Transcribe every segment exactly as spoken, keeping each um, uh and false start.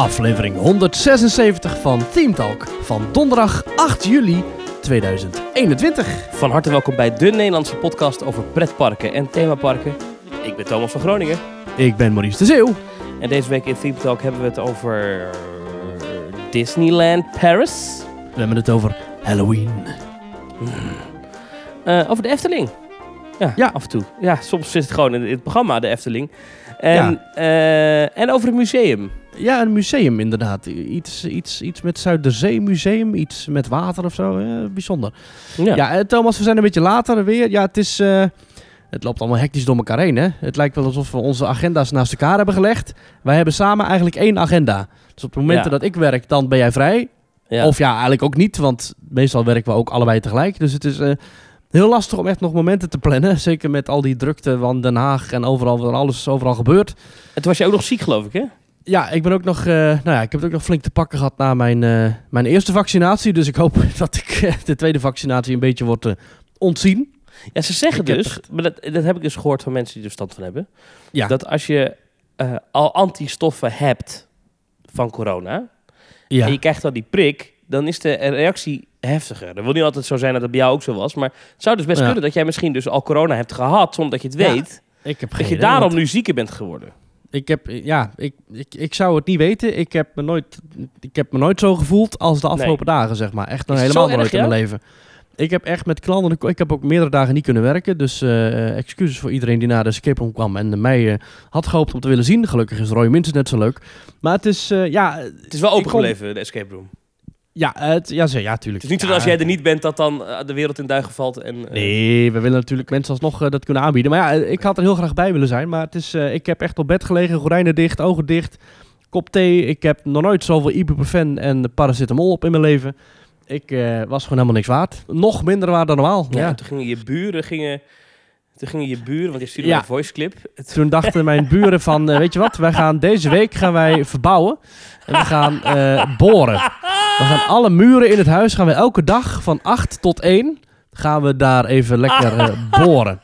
Aflevering honderdzesenzeventig van Team Talk van donderdag acht juli tweeduizend eenentwintig. Van harte welkom bij de Nederlandse podcast over pretparken en themaparken. Ik ben Thomas van Groningen. Ik ben Maurice de Zeeuw. En deze week in Team Talk hebben we het over Disneyland Paris. We hebben het over Halloween. Hmm. Uh, over de Efteling. Ja, ja, af en toe. Ja, soms zit het gewoon in het programma, de Efteling. En, ja. uh, en over het museum. Ja, een museum inderdaad. Iets, iets, iets met Zuiderzee museum, iets met water of zo. Uh, bijzonder. Ja. ja, Thomas, we zijn een beetje later weer. Ja, het is... Uh, het loopt allemaal hectisch door elkaar heen, hè. Het lijkt wel alsof we onze agenda's naast elkaar hebben gelegd. Wij hebben samen eigenlijk één agenda. Dus op de momenten ja. dat ik werk, dan ben jij vrij. Ja. Of ja, eigenlijk ook niet, want meestal werken we ook allebei tegelijk. Dus het is... Uh, Heel lastig om echt nog momenten te plannen. Zeker met al die drukte van Den Haag en overal waar alles overal gebeurt. En toen was je ook nog ziek, geloof ik, hè? Ja, ik ben ook nog, uh, nou ja, ik heb het ook nog flink te pakken gehad na mijn, uh, mijn eerste vaccinatie. Dus ik hoop dat ik uh, de tweede vaccinatie een beetje wordt uh, ontzien. Ja, ze zeggen ik dus, maar dat, dat heb ik dus gehoord van mensen die er verstand van hebben. Ja. Dat als je uh, al antistoffen hebt van corona, ja. en je krijgt dan die prik, dan is de reactie heftiger. Dat wil niet altijd zo zijn dat het bij jou ook zo was, maar het zou dus best ja. kunnen dat jij misschien dus al corona hebt gehad zonder dat je het ja. weet. Ik heb dat geen je idee, daarom want... nu zieker bent geworden. Ik heb, ja, ik, ik, ik zou het niet weten. Ik heb me nooit, ik heb me nooit zo gevoeld als de afgelopen nee. dagen, zeg maar. Echt nog helemaal nooit erg, in ja? mijn leven. Ik heb echt met klanten, ik heb ook meerdere dagen niet kunnen werken. Dus uh, excuses voor iedereen die naar de escape room kwam en mij uh, had gehoopt om te willen zien. Gelukkig is Roy minstens net zo leuk. Maar het is, uh, ja... Het is wel open gebleven, kom... de escape room. Ja, het, ja, ja, tuurlijk. Het is niet zo ja, dat als jij er niet bent, dat dan uh, de wereld in duigen valt. En, uh... Nee, we willen natuurlijk mensen alsnog uh, dat kunnen aanbieden. Maar ja, ik had er heel graag bij willen zijn. Maar het is, uh, ik heb echt op bed gelegen, gordijnen dicht, ogen dicht, kop thee. Ik heb nog nooit zoveel ibuprofen en paracetamol op in mijn leven. Ik uh, was gewoon helemaal niks waard. Nog minder waard dan normaal. Ja, ja. Toen gingen je buren... Gingen... Toen gingen je buren, want je stuurde ja. een voice clip. Toen dachten mijn buren van, uh, weet je wat, wij gaan deze week gaan wij verbouwen. En we gaan uh, boren. We gaan alle muren in het huis, gaan we elke dag van acht tot één, gaan we daar even lekker uh, boren.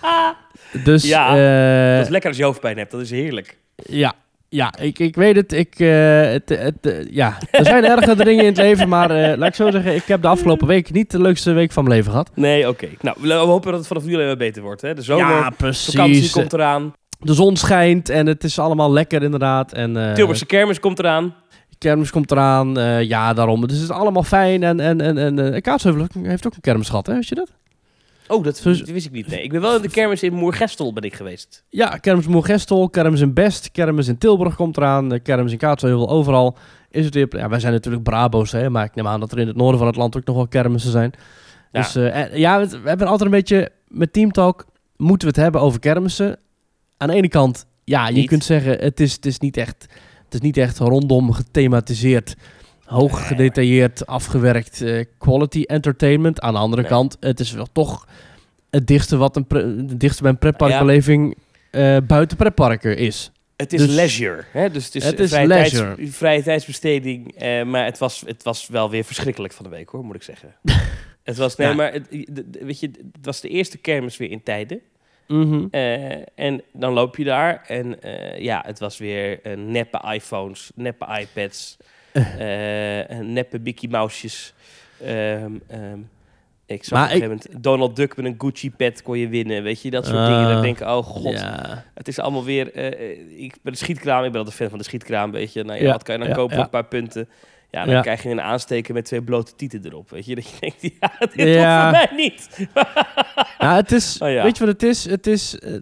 Dus, ja, uh, dat is lekker als je hoofdpijn hebt, dat is heerlijk. Ja. Ja, ik, ik weet het. Ik, uh, het, het uh, ja. Er zijn ergere dingen in het leven, maar uh, laat ik zo zeggen, ik heb de afgelopen week niet de leukste week van mijn leven gehad. Nee, oké. Okay. Nou, we hopen dat het vanaf nu alleen maar beter wordt. Hè? De zomervakantie ja, komt eraan. De zon schijnt en het is allemaal lekker inderdaad. En, uh, Tilburgse kermis komt eraan. Kermis komt eraan, uh, ja, daarom. Dus het is allemaal fijn. En, en, en, en uh, Kaatsheuvel heeft ook een kermis gehad, hè? Wist je dat? Oh, dat, dat wist ik niet. Nee, ik ben wel in de kermis in Moergestel ben ik geweest. Ja, kermis Moergestel, kermis in Best, kermis in Tilburg komt eraan, kermis in Kaatsheuvel, overal is het weer... Ja, wij zijn natuurlijk Brabo's, hè, maar ik neem aan dat er in het noorden van het land ook nog wel kermissen zijn. Ja. Dus uh, ja, we, we hebben altijd een beetje, met Team Talk moeten we het hebben over kermissen. Aan de ene kant, ja, je niet. kunt zeggen, het is, het is niet echt, het is niet echt rondom gethematiseerd, hoog nee, gedetailleerd, maar... afgewerkt uh, quality entertainment. Aan de andere nee. kant, het is wel toch het dichtste wat een pre- het dichtste bij een pretparkbeleving ja. uh, buiten pretparken is. Het is dus, leisure, hè? Dus het is, het is vrije, leisure. Tijds, vrije tijdsbesteding. Uh, maar het was, het was wel weer verschrikkelijk van de week, hoor, moet ik zeggen. het was, nee, ja. maar het, weet je, het was de eerste kermis weer in tijden. Mm-hmm. Uh, en dan loop je daar en uh, ja, het was weer uh, neppe iPhones, neppe iPads, uh, neppe Mickey Mousejes. Um, um, ik zag maar op een gegeven moment Donald Duck met een Gucci pet kon je winnen, weet je, dat soort uh, dingen. Dan denk ik, oh god, ja. het is allemaal weer... Uh, ik ben de schietkraam, ik ben altijd fan van de schietkraam, weet je. Nou ja, ja wat kan je dan ja, kopen? Ja. Een paar punten. Ja, dan ja. krijg je een aansteken met twee blote tieten erop, weet je. Dat je denkt, ja, dit ja. hoeft voor mij niet. ja, het is, oh, ja. weet je wat het is? Het is... Uh,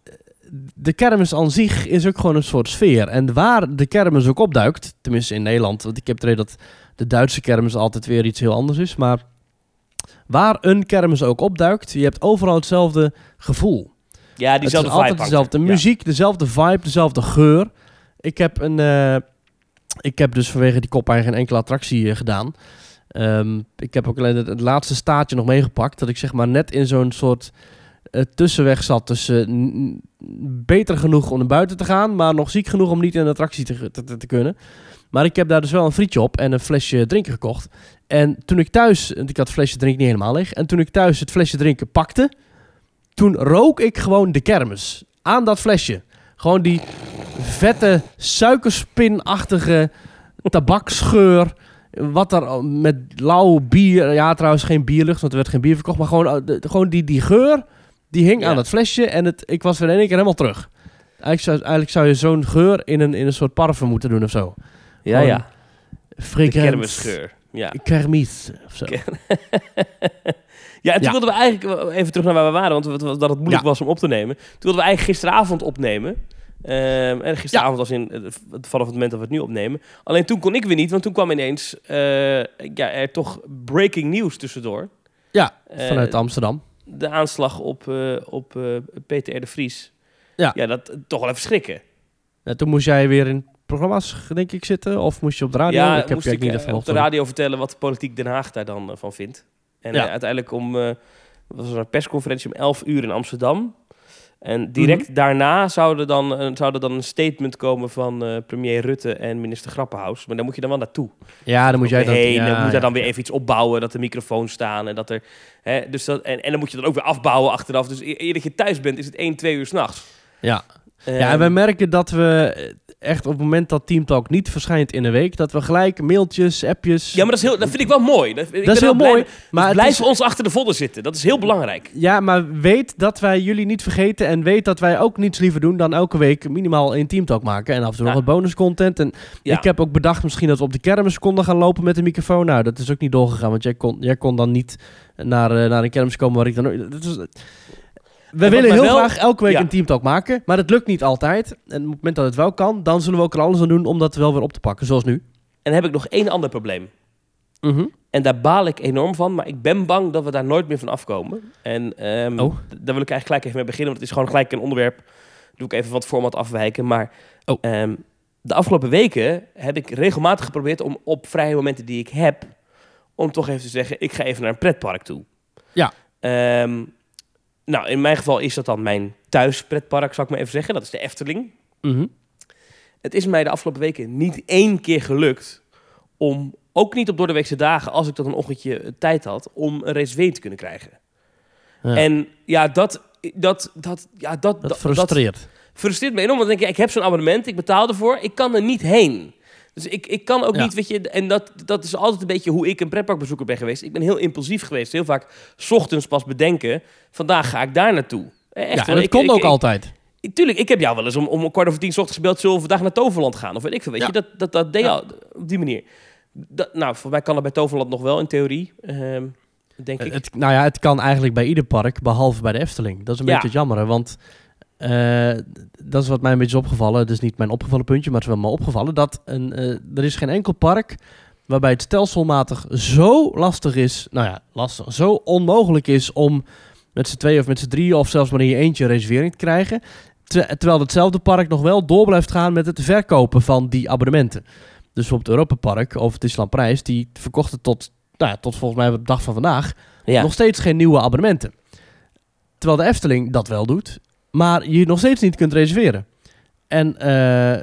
de kermis aan zich is ook gewoon een soort sfeer. En waar de kermis ook opduikt, tenminste in Nederland, want ik heb het idee dat de Duitse kermis altijd weer iets heel anders is, maar waar een kermis ook opduikt, je hebt overal hetzelfde gevoel. Ja, diezelfde het is altijd vibe dezelfde ja. muziek, dezelfde vibe, dezelfde geur. Ik heb een, uh, ik heb dus vanwege die koppijn geen enkele attractie uh, gedaan. Um, ik heb ook alleen het, het laatste staartje nog meegepakt, dat ik zeg maar net in zo'n soort uh, tussenweg zat tussen uh, n- beter genoeg om naar buiten te gaan, maar nog ziek genoeg om niet in een attractie te, te, te, te kunnen. Maar ik heb daar dus wel een frietje op en een flesje drinken gekocht. En toen ik thuis, ik had het flesje drinken niet helemaal leeg, en toen ik thuis het flesje drinken pakte, toen rook ik gewoon de kermis aan dat flesje. Gewoon die vette suikerspinachtige tabaksgeur. Wat er met lauw bier... Ja, trouwens geen bierlucht, want er werd geen bier verkocht. Maar gewoon, uh, de, gewoon die, die geur, die hing ja. aan het flesje. En het, ik was weer in één keer helemaal terug. Eigenlijk zou, eigenlijk zou je zo'n geur in een, in een soort parfum moeten doen of zo. Ja, gewoon ja. Fragrant. De kermisgeur. Ja. Kermis of zo. Ja, en toen ja. wilden we eigenlijk... Even terug naar waar we waren, want dat het moeilijk ja. was om op te nemen. Toen wilden we eigenlijk gisteravond opnemen. Um, en gisteravond ja. was in het vanaf het moment dat we het nu opnemen. Alleen toen kon ik weer niet, want toen kwam ineens uh, ja, er toch breaking news tussendoor. Ja, vanuit uh, Amsterdam. De aanslag op, uh, op uh, Peter R. de Vries. Ja. Ja, dat toch wel even schrikken. Ja, toen moest jij weer in programma's, denk ik, zitten? Of moest je op de radio? Ja, ik heb moest ik niet uh, op de radio vertellen wat de politiek Den Haag daar dan uh, van vindt. En ja. uh, uiteindelijk om... Uh, was er een persconferentie om elf uur in Amsterdam. En direct mm-hmm. daarna zou er dan, uh, zou er dan een statement komen van uh, premier Rutte en minister Grappenhaus. Maar daar moet je dan wel naartoe. Ja, dan moet jij dan... heen, Ja, dan moet ja. daar dan weer even iets opbouwen, dat er microfoons staan. En, dat er, hè, dus dat, en, en dan moet je dan ook weer afbouwen achteraf. Dus eer dat je thuis bent, is het één, twee uur 's nachts. Ja. Um, ja, en wij merken dat we echt op het moment dat Teamtalk niet verschijnt in een week, dat we gelijk mailtjes, appjes... Ja, maar dat, is heel, dat vind ik wel mooi. Dat, ik dat is heel blij, mooi. Maar dus blijven is... ons achter de vodden zitten. Dat is heel belangrijk. Ja, maar weet dat wij jullie niet vergeten en weet dat wij ook niets liever doen dan elke week minimaal één Teamtalk maken. En af en toe ja. nog wat bonuscontent. En ja. ik heb ook bedacht misschien dat we op de kermis konden gaan lopen met de microfoon. Nou, dat is ook niet doorgegaan, want jij kon, jij kon dan niet naar, uh, naar een kermis komen waar ik dan ook... Dat is, We en willen heel wel, graag elke week ja. een Teamtalk maken, maar dat lukt niet altijd. En op het moment dat het wel kan, dan zullen we ook er alles aan doen om dat wel weer op te pakken, zoals nu. En dan heb ik nog één ander probleem. Mm-hmm. En daar baal ik enorm van, maar ik ben bang dat we daar nooit meer van afkomen. En um, oh. daar wil ik eigenlijk gelijk even mee beginnen, want het is gewoon gelijk een onderwerp. Doe ik even van het format afwijken. Maar oh. um, de afgelopen weken heb ik regelmatig geprobeerd om op vrije momenten die ik heb, om toch even te zeggen, ik ga even naar een pretpark toe. Ja. Um, Nou, in mijn geval is dat dan mijn thuispretpark, zou ik maar even zeggen. Dat is de Efteling. Mm-hmm. Het is mij de afgelopen weken niet één keer gelukt om, ook niet op doordeweekse dagen, als ik dat een ochtendje tijd had, om een reservering te kunnen krijgen. Ja. En ja, dat... Dat, dat, ja, dat, dat frustreert. Dat frustreert me enorm, want dan denk ik, ik heb zo'n abonnement, ik betaal ervoor, ik kan er niet heen. Dus ik, ik kan ook ja. niet, weet je, en dat, dat is altijd een beetje hoe ik een pretparkbezoeker ben geweest. Ik ben heel impulsief geweest, heel vaak 's ochtends pas bedenken, vandaag ga ik daar naartoe. Echt, ja, en dat ik, kon ik, ook ik, altijd. Ik, tuurlijk, ik heb jou wel eens om, om kwart over tien 's ochtends gebeld, zullen we vandaag naar Toverland gaan? Of weet ik veel, weet ja. je, dat, dat, dat deed ja. al op die manier. Dat, nou, voor mij kan dat bij Toverland nog wel, in theorie, um, denk ik. Het, nou ja, het kan eigenlijk bij ieder park, behalve bij de Efteling. Dat is een ja. beetje het jammer, want... Uh, dat is wat mij een beetje is opgevallen. Het is niet mijn opgevallen puntje, maar het is wel me opgevallen. Dat een, uh, er is geen enkel park waarbij het stelselmatig zo lastig is. Nou ja, lastig. Zo onmogelijk is om met z'n tweeën of met z'n drieën of zelfs maar in je eentje een reservering te krijgen. Ter, terwijl hetzelfde park nog wel door blijft gaan met het verkopen van die abonnementen. Dus bijvoorbeeld het Europa Park of het Disneyland Parijs, die verkochten tot, nou ja, tot volgens mij op de dag van vandaag ja. nog steeds geen nieuwe abonnementen. Terwijl de Efteling dat wel doet. Maar je nog steeds niet kunt reserveren. En uh,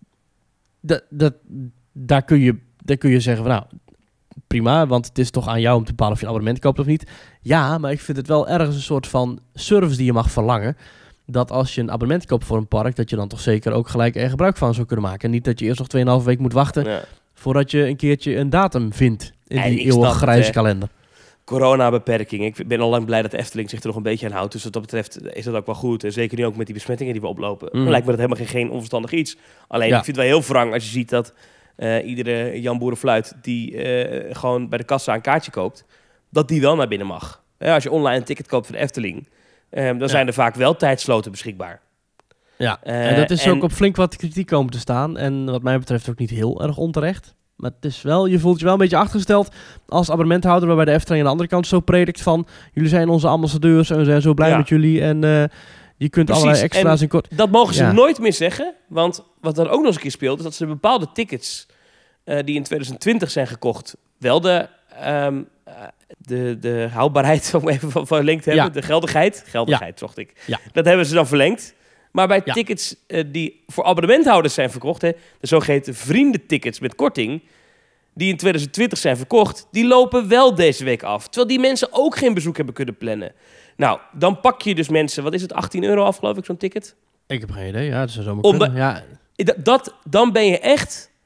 dat, dat, daar, kun je, daar kun je zeggen van nou, prima, want het is toch aan jou om te bepalen of je een abonnement koopt of niet. Ja, maar ik vind het wel ergens een soort van service die je mag verlangen. Dat als je een abonnement koopt voor een park, dat je dan toch zeker ook gelijk er gebruik van zou kunnen maken. En niet dat je eerst nog tweeënhalve week moet wachten ja. voordat je een keertje een datum vindt in die eeuwig grijze kalender. Coronabeperking. Ik ben al lang blij dat de Efteling zich er nog een beetje aan houdt. Dus wat dat betreft is dat ook wel goed. En zeker nu ook met die besmettingen die we oplopen. Mm. Dan lijkt me dat helemaal geen, geen onverstandig iets. Alleen, ja. ik vind het wel heel wrang als je ziet dat uh, iedere Jan Boerenfluit die uh, gewoon bij de kassa een kaartje koopt, dat die wel naar binnen mag. Ja, als je online een ticket koopt voor de Efteling, um, dan ja. zijn er vaak wel tijdsloten beschikbaar. Ja, uh, en dat is en... ook op flink wat kritiek komen te staan. En wat mij betreft ook niet heel erg onterecht. Maar het is wel, je voelt je wel een beetje achtergesteld als abonnementhouder, waarbij de Efteling aan de andere kant zo predikt van jullie zijn onze ambassadeurs en we zijn zo blij ja. met jullie en uh, je kunt Precies. allerlei extra's in kort. Dat mogen ze ja. nooit meer zeggen, want wat er ook nog eens een keer speelt, is dat ze bepaalde tickets uh, die in twintig twintig zijn gekocht, wel de, um, uh, de, de houdbaarheid, om even verlengd hebben, ja. de geldigheid, geldigheid ja. zocht ik, ja. dat hebben ze dan verlengd. Maar bij ja. tickets uh, die voor abonnementhouders zijn verkocht, hè, de zogeheten vriendentickets met korting, die in twintig twintig zijn verkocht, die lopen wel deze week af. Terwijl die mensen ook geen bezoek hebben kunnen plannen. Nou, dan pak je dus mensen, wat is het, achttien euro af geloof ik, zo'n ticket? Ik heb geen idee, ja, dat zou zo maar Om kunnen. de, ja. dat, dan ben je echt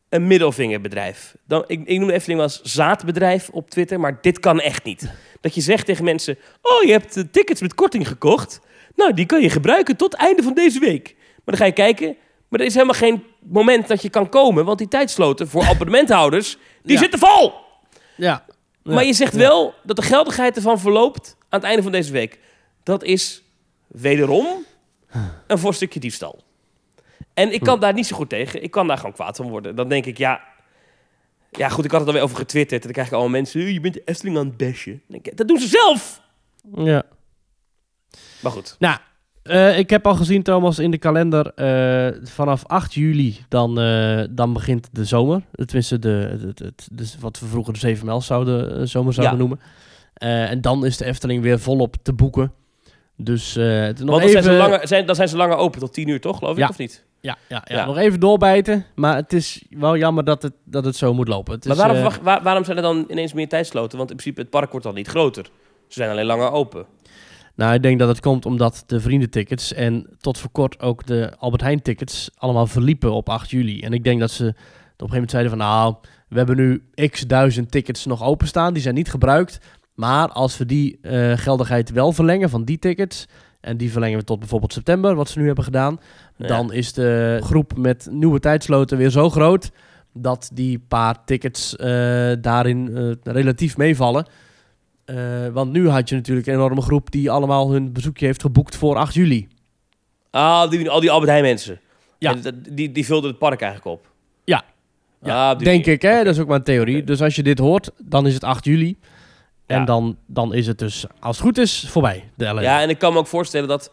een middelvingerbedrijf. Dan, ik, ik noem de Efteling wel eens zaadbedrijf op Twitter, maar dit kan echt niet. Dat je zegt tegen mensen, oh, je hebt uh, tickets met korting gekocht. Nou, die kan je gebruiken tot het einde van deze week. Maar dan ga je kijken, maar er is helemaal geen moment dat je kan komen, want die tijdsloten voor abonnementhouders, die Ja. zitten vol. Ja. Ja. Maar je zegt wel dat de geldigheid ervan verloopt aan het einde van deze week. Dat is wederom een voor stukje diefstal. En ik kan hm. daar niet zo goed tegen. Ik kan daar gewoon kwaad van worden. Dan denk ik, ja... Ja, goed, ik had het alweer over getwitterd. En dan krijg ik allemaal mensen... Je bent de Efteling aan het bashen. Dan denk ik, dat doen ze zelf! Ja. Maar goed. Nou, uh, ik heb al gezien, Thomas, in de kalender... Uh, vanaf acht juli dan, uh, dan begint de zomer. Tenminste, de, de, de, de, de, wat we vroeger de zeven mijl zouden, uh, zomer zouden ja. noemen. Uh, en dan is de Efteling weer volop te boeken. Dus uh, nog Want dan, even... zijn ze langer, zijn, dan zijn ze langer open tot tien uur, toch? Geloof ik, ja. of niet? Ja, ja, ja. ja, nog even doorbijten. Maar het is wel jammer dat het, dat het zo moet lopen. Het maar is, waarom, uh, wacht, waar, waarom zijn er dan ineens meer tijdsloten? Want in principe, het park wordt dan niet groter. Ze zijn alleen langer open. Nou, ik denk dat het komt omdat de vriendentickets en tot voor kort ook de Albert Heijn tickets allemaal verliepen op acht juli. En ik denk dat ze op een gegeven moment zeiden van nou, we hebben nu x duizend tickets nog openstaan. Die zijn niet gebruikt. Maar als we die uh, geldigheid wel verlengen van die tickets... en die verlengen we tot bijvoorbeeld september, wat ze nu hebben gedaan... Ja. Dan is de groep met nieuwe tijdsloten weer zo groot... dat die paar tickets uh, daarin uh, relatief meevallen. Uh, want nu had je natuurlijk een enorme groep... die allemaal hun bezoekje heeft geboekt voor acht juli. Ah, die, al die Albert Heijn mensen. Ja. En die, die vulden het park eigenlijk op. Ja, ja ah, denk ik. Hè? Okay. Dat is ook maar een theorie. Okay. Dus als je dit hoort, dan is het acht juli... En ja. dan, dan is het dus, als het goed is, voorbij, de L N. Ja, en ik kan me ook voorstellen dat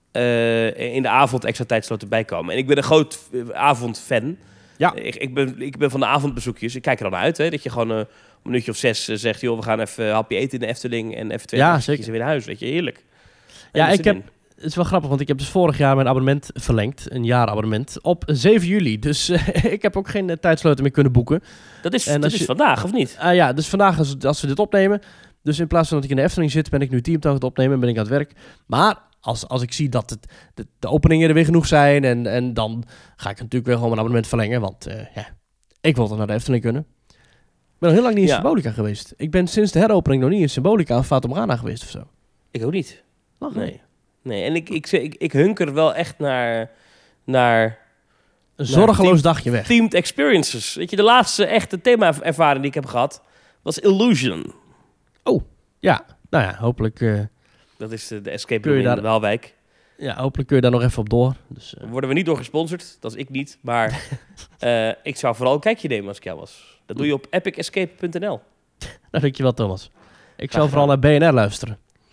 uh, in de avond extra tijdsloten bijkomen. En ik ben een groot uh, avondfan. Ja. Ik, ik, ben, ik ben van de avondbezoekjes. Ik kijk er dan uit, hè, dat je gewoon uh, om een uurtje of zes uh, zegt... joh, we gaan even een hapje eten in de Efteling en even twee ja, zeker. weer naar huis. Weet je, heerlijk. Ja, ik heb, het is wel grappig, want ik heb dus vorig jaar mijn abonnement verlengd. Een jaarabonnement, op zeven juli. Dus uh, ik heb ook geen uh, tijdsloten meer kunnen boeken. Dat is, dat is je, vandaag, of niet? Uh, ja, dus vandaag als, als we dit opnemen... Dus in plaats van dat ik in de Efteling zit, ben ik nu Teamtalk aan het opnemen en ben ik aan het werk. Maar als, als ik zie dat het, de, de openingen er weer genoeg zijn, en, en dan ga ik natuurlijk weer gewoon mijn abonnement verlengen. Want uh, ja, ik wil dan naar de Efteling kunnen. Ik ben al heel lang niet in ja. Symbolica geweest. Ik ben sinds de heropening nog niet in Symbolica of Fata Morgana geweest of zo. Ik ook niet. Lach, nee. Nee, en ik, ik, ik, ik hunker wel echt naar... naar een zorgeloos naar dagje weg. Themed experiences. Weet je, de laatste echte thema-ervaring die ik heb gehad, was Illusion. Oh, ja. Nou ja, hopelijk... Uh, dat is de, de escape room in de Waalwijk. Ja, hopelijk kun je daar nog even op door. Dus, uh. Worden we niet door gesponsord, dat is ik niet. Maar uh, ik zou vooral een kijkje nemen als ik jou was. Dat doe je op epic escape punt n l. Nou, dankjewel, Thomas. Ik zou vooral naar B N R luisteren.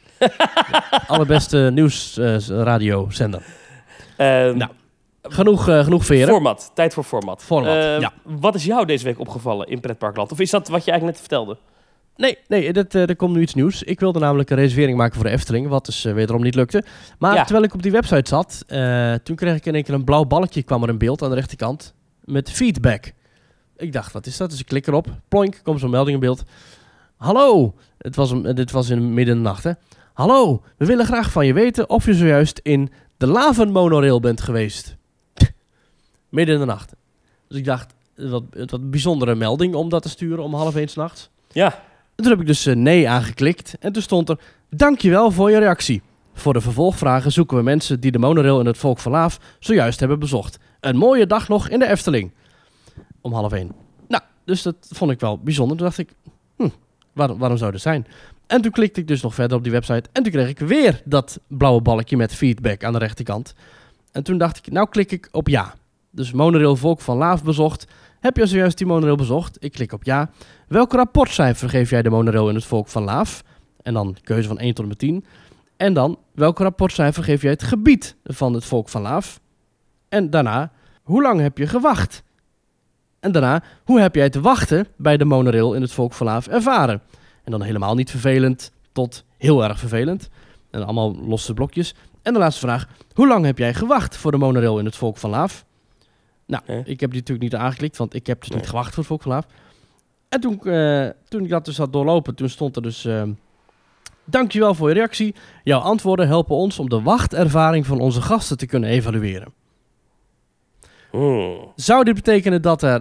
Allerbeste nieuwsradiozender. Uh, um, nou, genoeg, uh, genoeg veren. Format, tijd voor format. Format, uh, ja. Wat is jou deze week opgevallen in Pretparkland? Of is dat wat je eigenlijk net vertelde? Nee, nee dat, uh, er komt nu iets nieuws. Ik wilde namelijk een reservering maken voor de Efteling, wat dus uh, wederom niet lukte. Maar ja. terwijl ik op die website zat, uh, toen kreeg ik in één keer een blauw balkje kwam er in beeld aan de rechterkant met feedback. Ik dacht, wat is dat? Dus ik klik erop. Ploink, komt zo'n melding in beeld. Hallo, het was een, dit was in midden in de nacht, hè. Hallo, we willen graag van je weten of je zojuist in de Lavenmonorail bent geweest. Midden in de nacht. Dus ik dacht, wat, wat bijzondere melding om dat te sturen om half één 's nachts. Ja. En toen heb ik dus uh, nee aangeklikt. En toen stond er, dankjewel voor je reactie. Voor de vervolgvragen zoeken we mensen die de monorail en het Volk van Laaf zojuist hebben bezocht. Een mooie dag nog in de Efteling. Om half één. Nou, dus dat vond ik wel bijzonder. Toen dacht ik, hm, waar, waarom zou dat zijn? En toen klikte ik dus nog verder op die website. En toen kreeg ik weer dat blauwe balkje met feedback aan de rechterkant. En toen dacht ik, nou klik ik op ja. Dus monorail Volk van Laaf bezocht. Heb je zojuist die monorail bezocht? Ik klik op ja. Welk rapportcijfer geef jij de monorail en het Volk van Laaf? En dan keuze van één tot en met tien. En dan, welk rapportcijfer geef jij het gebied van het Volk van Laaf? En daarna, hoe lang heb je gewacht? En daarna, hoe heb jij het wachten bij de monorail in het Volk van Laaf ervaren? En dan helemaal niet vervelend tot heel erg vervelend. En allemaal losse blokjes. En de laatste vraag, hoe lang heb jij gewacht voor de monorail in het Volk van Laaf? Nou, nee. ik heb die natuurlijk niet aangeklikt, want ik heb dus nee. niet gewacht voor het Volk van Laaf. En toen, uh, toen ik dat dus had doorlopen, toen stond er dus... Uh, dankjewel voor je reactie. Jouw antwoorden helpen ons om de wachtervaring van onze gasten te kunnen evalueren. Mm. Zou dit betekenen dat er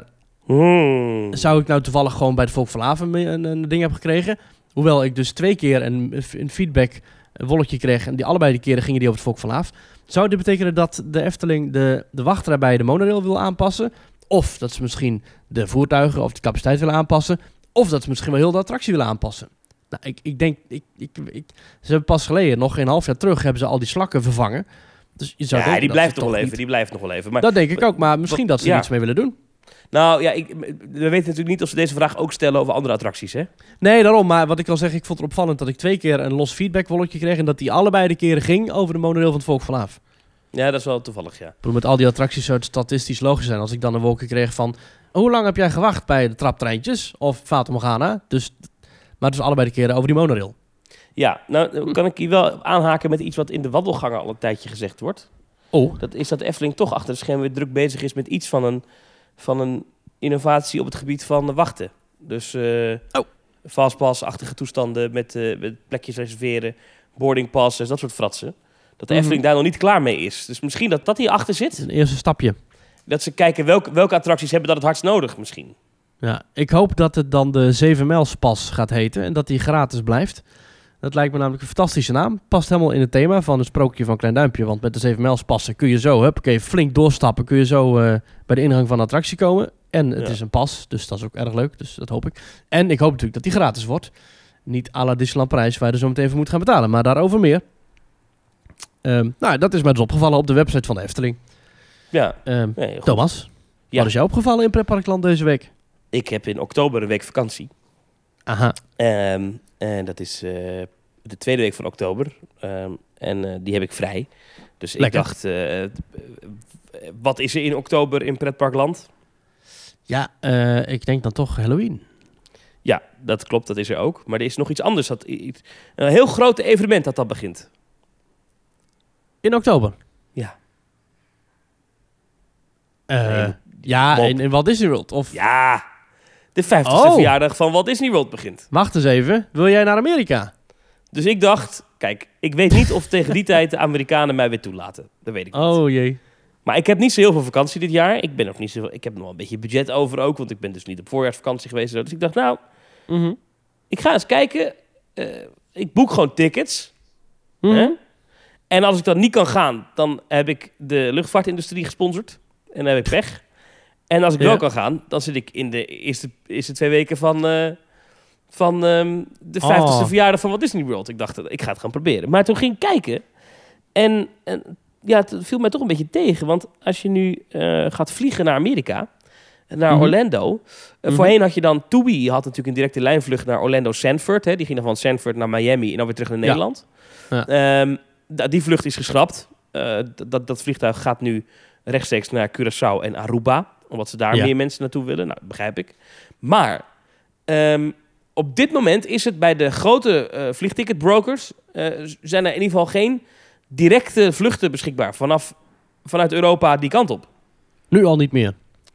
Hmm. Zou ik nou toevallig gewoon bij het Volk van Laven een, een, een ding heb gekregen? Hoewel ik dus twee keer een, een feedback een wolkje kreeg. En die allebei de keren gingen die over het Volk van Laaf. Zou dit betekenen dat de Efteling de, de wachtrij bij de monorail wil aanpassen? Of dat ze misschien de voertuigen of de capaciteit willen aanpassen? Of dat ze misschien wel heel de attractie willen aanpassen? Nou, ik, ik denk... Ik, ik, ik, ze hebben pas geleden, nog geen half jaar terug, hebben ze al die slakken vervangen. Dus je zou ja, denken die dat blijft ze nog wel toch even. niet- Die blijft nog wel even. Maar, Dat denk ik ook, maar misschien wat- dat ze er ja. iets mee willen doen. Nou ja, ik, we weten natuurlijk niet of ze deze vraag ook stellen over andere attracties, hè? Nee, daarom. Maar wat ik al zeg, ik vond het opvallend dat ik twee keer een los feedback-wolkje kreeg en dat die allebei de keren ging over de monorail van het Volk van Laaf. Ja, dat is wel toevallig, ja. Ik bedoel, met al die attracties zou het statistisch logisch zijn als ik dan een wolkje kreeg van hoe lang heb jij gewacht bij de traptreintjes of Fata Morgana? Dus, maar dus allebei de keren over die monorail. Ja, nou dan kan ik hier wel aanhaken met iets wat in de wandelgangen al een tijdje gezegd wordt. Oh. Dat is dat de Efteling toch achter de schermen weer druk bezig is met iets van een, van een innovatie op het gebied van wachten. Dus eh Oh. fastpass-achtige toestanden met, eh, met plekjes reserveren, boarding passes, dat soort fratsen. Dat de Mhm. Efteling daar nog niet klaar mee is. Dus misschien dat dat hier achter zit. Een eerste stapje. Dat ze kijken welke, welke attracties hebben dat het hardst nodig misschien. Ja, ik hoop dat het dan de zeven mijls pas gaat heten en dat die gratis blijft. Dat lijkt me namelijk een fantastische naam. Past helemaal in het thema van het sprookje van Klein Duimpje. Want met de zeven mijls passen kun je zo, huppakee, flink doorstappen. Kun je zo uh, bij de ingang van de attractie komen. En het Ja. is een pas, dus dat is ook erg leuk. Dus dat hoop ik. En ik hoop natuurlijk dat die gratis wordt. Niet à la Disneyland Parijs, waar je er zo meteen voor moet gaan betalen. Maar daarover meer. Um, nou, dat is mij dus opgevallen op de website van de Efteling. Ja, Um, nee, heel goed. Thomas, Ja. wat is jou opgevallen in Pretparkland deze week? Ik heb in oktober een week vakantie. Aha. Ehm, en dat is eh, de tweede week van oktober. Ehm, en eh, die heb ik vrij. Dus Lekker. ik dacht, eh, eh, wat is er in oktober in Pretparkland? Ja, uh, ik denk dan toch Halloween. Ja, dat klopt, dat is er ook. Maar er is nog iets anders. Dat, iets, een heel groot evenement dat dat begint. In oktober? Ja. Uh, Nee, ja, Bob. in, in Walt Disney World. Of... Ja, de vijftigste Oh. verjaardag van Walt Disney World begint. Wacht eens even, wil jij naar Amerika? Dus ik dacht, kijk, ik weet niet of tegen die tijd de Amerikanen mij weer toelaten. Dat weet ik niet. Oh jee. Maar ik heb niet zo heel veel vakantie dit jaar. Ik ben ook niet zo, ik heb nog wel een beetje budget over ook, want ik ben dus niet op voorjaarsvakantie geweest. Dus ik dacht, nou, Mm-hmm. ik ga eens kijken. Uh, ik boek gewoon tickets. Mm-hmm. Hè? En als ik dan niet kan gaan, dan heb ik de luchtvaartindustrie gesponsord. En dan heb ik pech. En als ik Ja. wel kan gaan, dan zit ik in de eerste, eerste twee weken van, uh, van um, de vijftigste Oh. verjaardag van Walt Disney World. Ik dacht, ik ga het gaan proberen. Maar toen ging ik kijken. En, en ja, het viel mij toch een beetje tegen. Want als je nu uh, gaat vliegen naar Amerika, naar Mhm. Orlando. Uh, Mhm. Voorheen had je dan TUI, je had natuurlijk een directe lijnvlucht naar Orlando Sanford. Hè. Die ging dan van Sanford naar Miami en dan weer terug naar Ja. Nederland. Ja. Um, d- die vlucht is geschrapt. Uh, d- dat, dat vliegtuig gaat nu rechtstreeks naar Curaçao en Aruba. Omdat ze daar Ja. meer mensen naartoe willen. Nou, dat begrijp ik. Maar um, op dit moment is het bij de grote uh, vliegticketbrokers... Uh, zijn er in ieder geval geen directe vluchten beschikbaar vanaf, vanuit Europa die kant op. Nu al niet meer.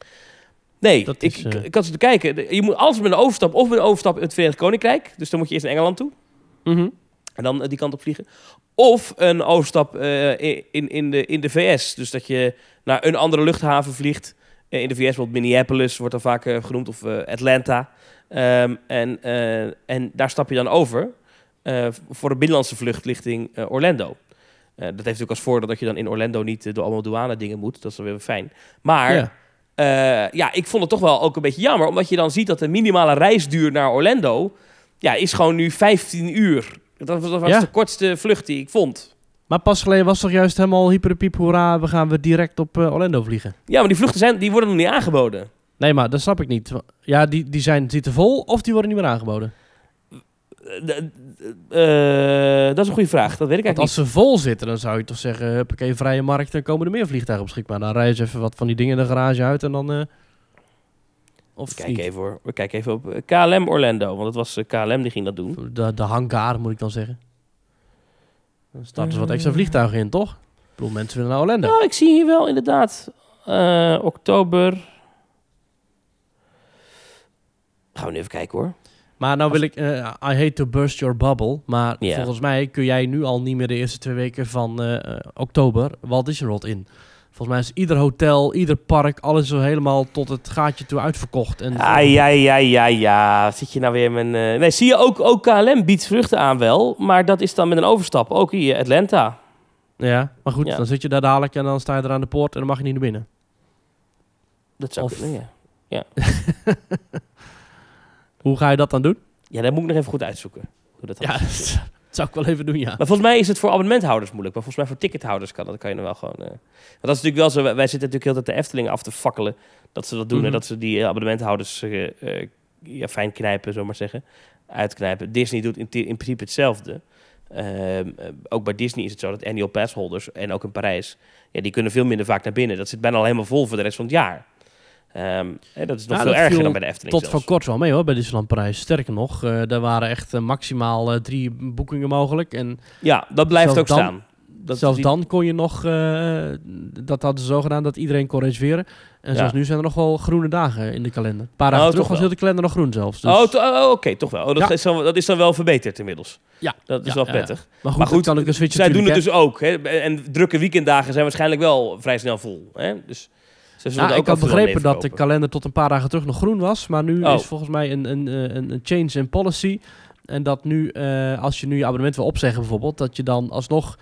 Nee, Dat ik, is, ik, uh, ik had ze te kijken. Je moet alles met een overstap of met een overstap in het Verenigd Koninkrijk. Dus dan moet je eerst naar Engeland toe. Mm-hmm. En dan uh, die kant op vliegen. Of een overstap uh, in, in, de, in de V S. Dus dat je naar een andere luchthaven vliegt. Uh, in de V S, bijvoorbeeld Minneapolis wordt dan vaak uh, genoemd. Of uh, Atlanta. Um, en, uh, en daar stap je dan over. Uh, voor een binnenlandse vlucht richting uh, Orlando. Uh, dat heeft natuurlijk als voordeel dat je dan in Orlando niet uh, door allemaal douane dingen moet. Dat is dan weer fijn. Maar... Ja. Uh, ja, ik vond het toch wel ook een beetje jammer. Omdat je dan ziet dat de minimale reisduur naar Orlando... Ja, is gewoon nu vijftien uur. Dat was, dat was Ja. de kortste vlucht die ik vond. Maar pas geleden was toch juist helemaal hyper de piep, hoera, we gaan weer direct op uh, Orlando vliegen. Ja, maar die vluchten zijn, die worden nog niet aangeboden. Nee, maar dat snap ik niet. Ja, die, die zijn zitten vol of die worden niet meer aangeboden? Uh, uh, dat is een goede vraag. Dat weet ik Want eigenlijk als ze vol zitten, dan zou je toch zeggen, huppakee, vrije markt, dan komen er meer vliegtuigen beschikbaar. Dan rijden ze even wat van die dingen in de garage uit en dan... Uh, of niet. Kijk niet. even hoor. We kijken even op uh, K L M Orlando. Want dat was uh, K L M die ging dat doen. De, de hangar, moet ik dan zeggen. Dan starten ze wat extra vliegtuigen in, toch? Ik bedoel, mensen willen naar Orlando. Nou, ik zie hier wel inderdaad uh, oktober. Gaan we nu even kijken hoor. Maar nou wil ik... Uh, I hate to burst your bubble. Maar Ja. volgens mij kun jij nu al niet meer de eerste twee weken van uh, uh, oktober Walt Disney World in. Volgens mij is ieder hotel, ieder park, alles zo helemaal tot het gaatje toe uitverkocht. En Ja, ja, ja, ja, ja. Zit je nou weer met een... Uh... Nee, zie je ook, ook K L M biedt vluchten aan wel, maar dat is dan met een overstap. Ook hier, Atlanta. Ja, maar goed, Ja. dan zit je daar dadelijk en dan sta je er aan de poort en dan mag je niet naar binnen. Dat zou Of- kunnen, ja. Hoe ga je dat dan doen? Ja, dat moet ik nog even goed uitzoeken. Hoe dat dan Ja, precies is. dat zou ik wel even doen, ja. Maar volgens mij is het voor abonnementhouders moeilijk. Maar volgens mij voor tickethouders kan dat. kan je nog wel gewoon... Uh... Want dat is natuurlijk wel zo. Wij wij zitten natuurlijk heel de tijd de Efteling af te fakkelen. Dat ze dat doen. Mhm. En dat ze die uh, abonnementhouders uh, uh, ja, fijn knijpen, zomaar zeggen. Uitknijpen. Disney doet in, in principe hetzelfde. Uh, uh, ook bij Disney is het zo dat annual passholders, en ook in Parijs, ja, die kunnen veel minder vaak naar binnen. Dat zit bijna al helemaal vol voor de rest van het jaar. Um, hè, dat is nog Ja, veel dat erger viel dan bij de Efteling Tot zelfs. voor kort wel mee hoor, bij Disneyland Parijs. Sterker nog, uh, er waren echt uh, maximaal uh, drie boekingen mogelijk. En Ja, dat blijft zelfs ook dan- staan. Dat zelfs die- dan kon je nog, uh, dat hadden ze zo gedaan dat iedereen kon reserveren. En Ja. zoals nu zijn er nog wel groene dagen in de kalender. Een paar dagen Oh, terug toch was heel wel. de kalender nog groen zelfs. Dus, Oh, to- oh, oh, oké, toch wel. Oh, dat, Ja. is dan, dat is dan wel verbeterd inmiddels. ja, Dat is ja, wel ja, ja. prettig. Maar goed, Maar goed, dat kan ook een switch Zij doen het natuurlijk, dus ook. Hè? En drukke weekenddagen zijn waarschijnlijk wel vrij snel vol. Hè? Dus ze zullen Ja, er ook ik had wel veel begrepen mee dat de verkopen. kalender tot een paar dagen terug nog groen was. Maar nu Oh. is volgens mij een, een, een, een change in policy. En dat nu, uh, als je nu je abonnement wil opzeggen bijvoorbeeld, dat je dan alsnog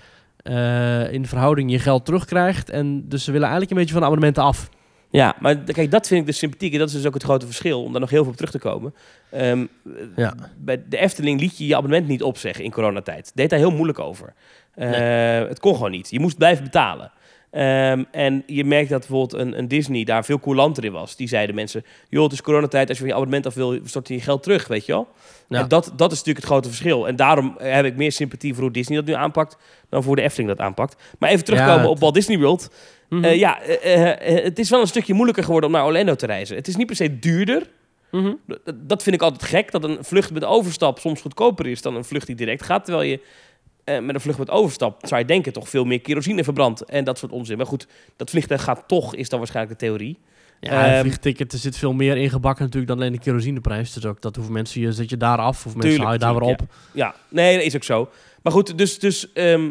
uh, in verhouding je geld terugkrijgt. En dus ze willen eigenlijk een beetje van de abonnementen af. Ja, maar d- kijk, dat vind ik dus sympathiek. En dat is dus ook het grote verschil, om daar nog heel veel op terug te komen. Um, Ja. Bij de Efteling liet je je abonnement niet opzeggen in coronatijd. Deed daar heel moeilijk over. Uh, Nee. Het kon gewoon niet. Je moest blijven betalen. Um, en je merkt dat bijvoorbeeld een, een Disney daar veel coulanter in was. Die zeiden mensen, joh, het is coronatijd, als je van je abonnement af wil, stort je je geld terug, weet je wel. Ja. En dat, dat is natuurlijk het grote verschil. En daarom heb ik meer sympathie voor hoe Disney dat nu aanpakt, dan voor de Efteling dat aanpakt. Maar even terugkomen Ja, op Walt Disney World. Mhm. Uh, ja, uh, uh, uh, het is wel een stukje moeilijker geworden om naar Orlando te reizen. Het is niet per se duurder. Mhm. D- Dat vind ik altijd gek, dat een vlucht met overstap soms goedkoper is dan een vlucht die direct gaat. Terwijl je uh, met een vlucht met overstap, zou je denken, toch veel meer kerosine verbrandt en dat soort onzin. Maar goed, dat vliegtuig gaat toch, is dan waarschijnlijk de theorie. Ja, een Ehm, vliegticket, er zit veel meer ingebakken natuurlijk dan alleen de kerosineprijs. Dus ook dat hoeveel mensen je zet je daar af, hoeveel mensen haal je daar weer op. tuurlijk, Ja, nee, dat is ook zo. Maar goed, dus, dus um,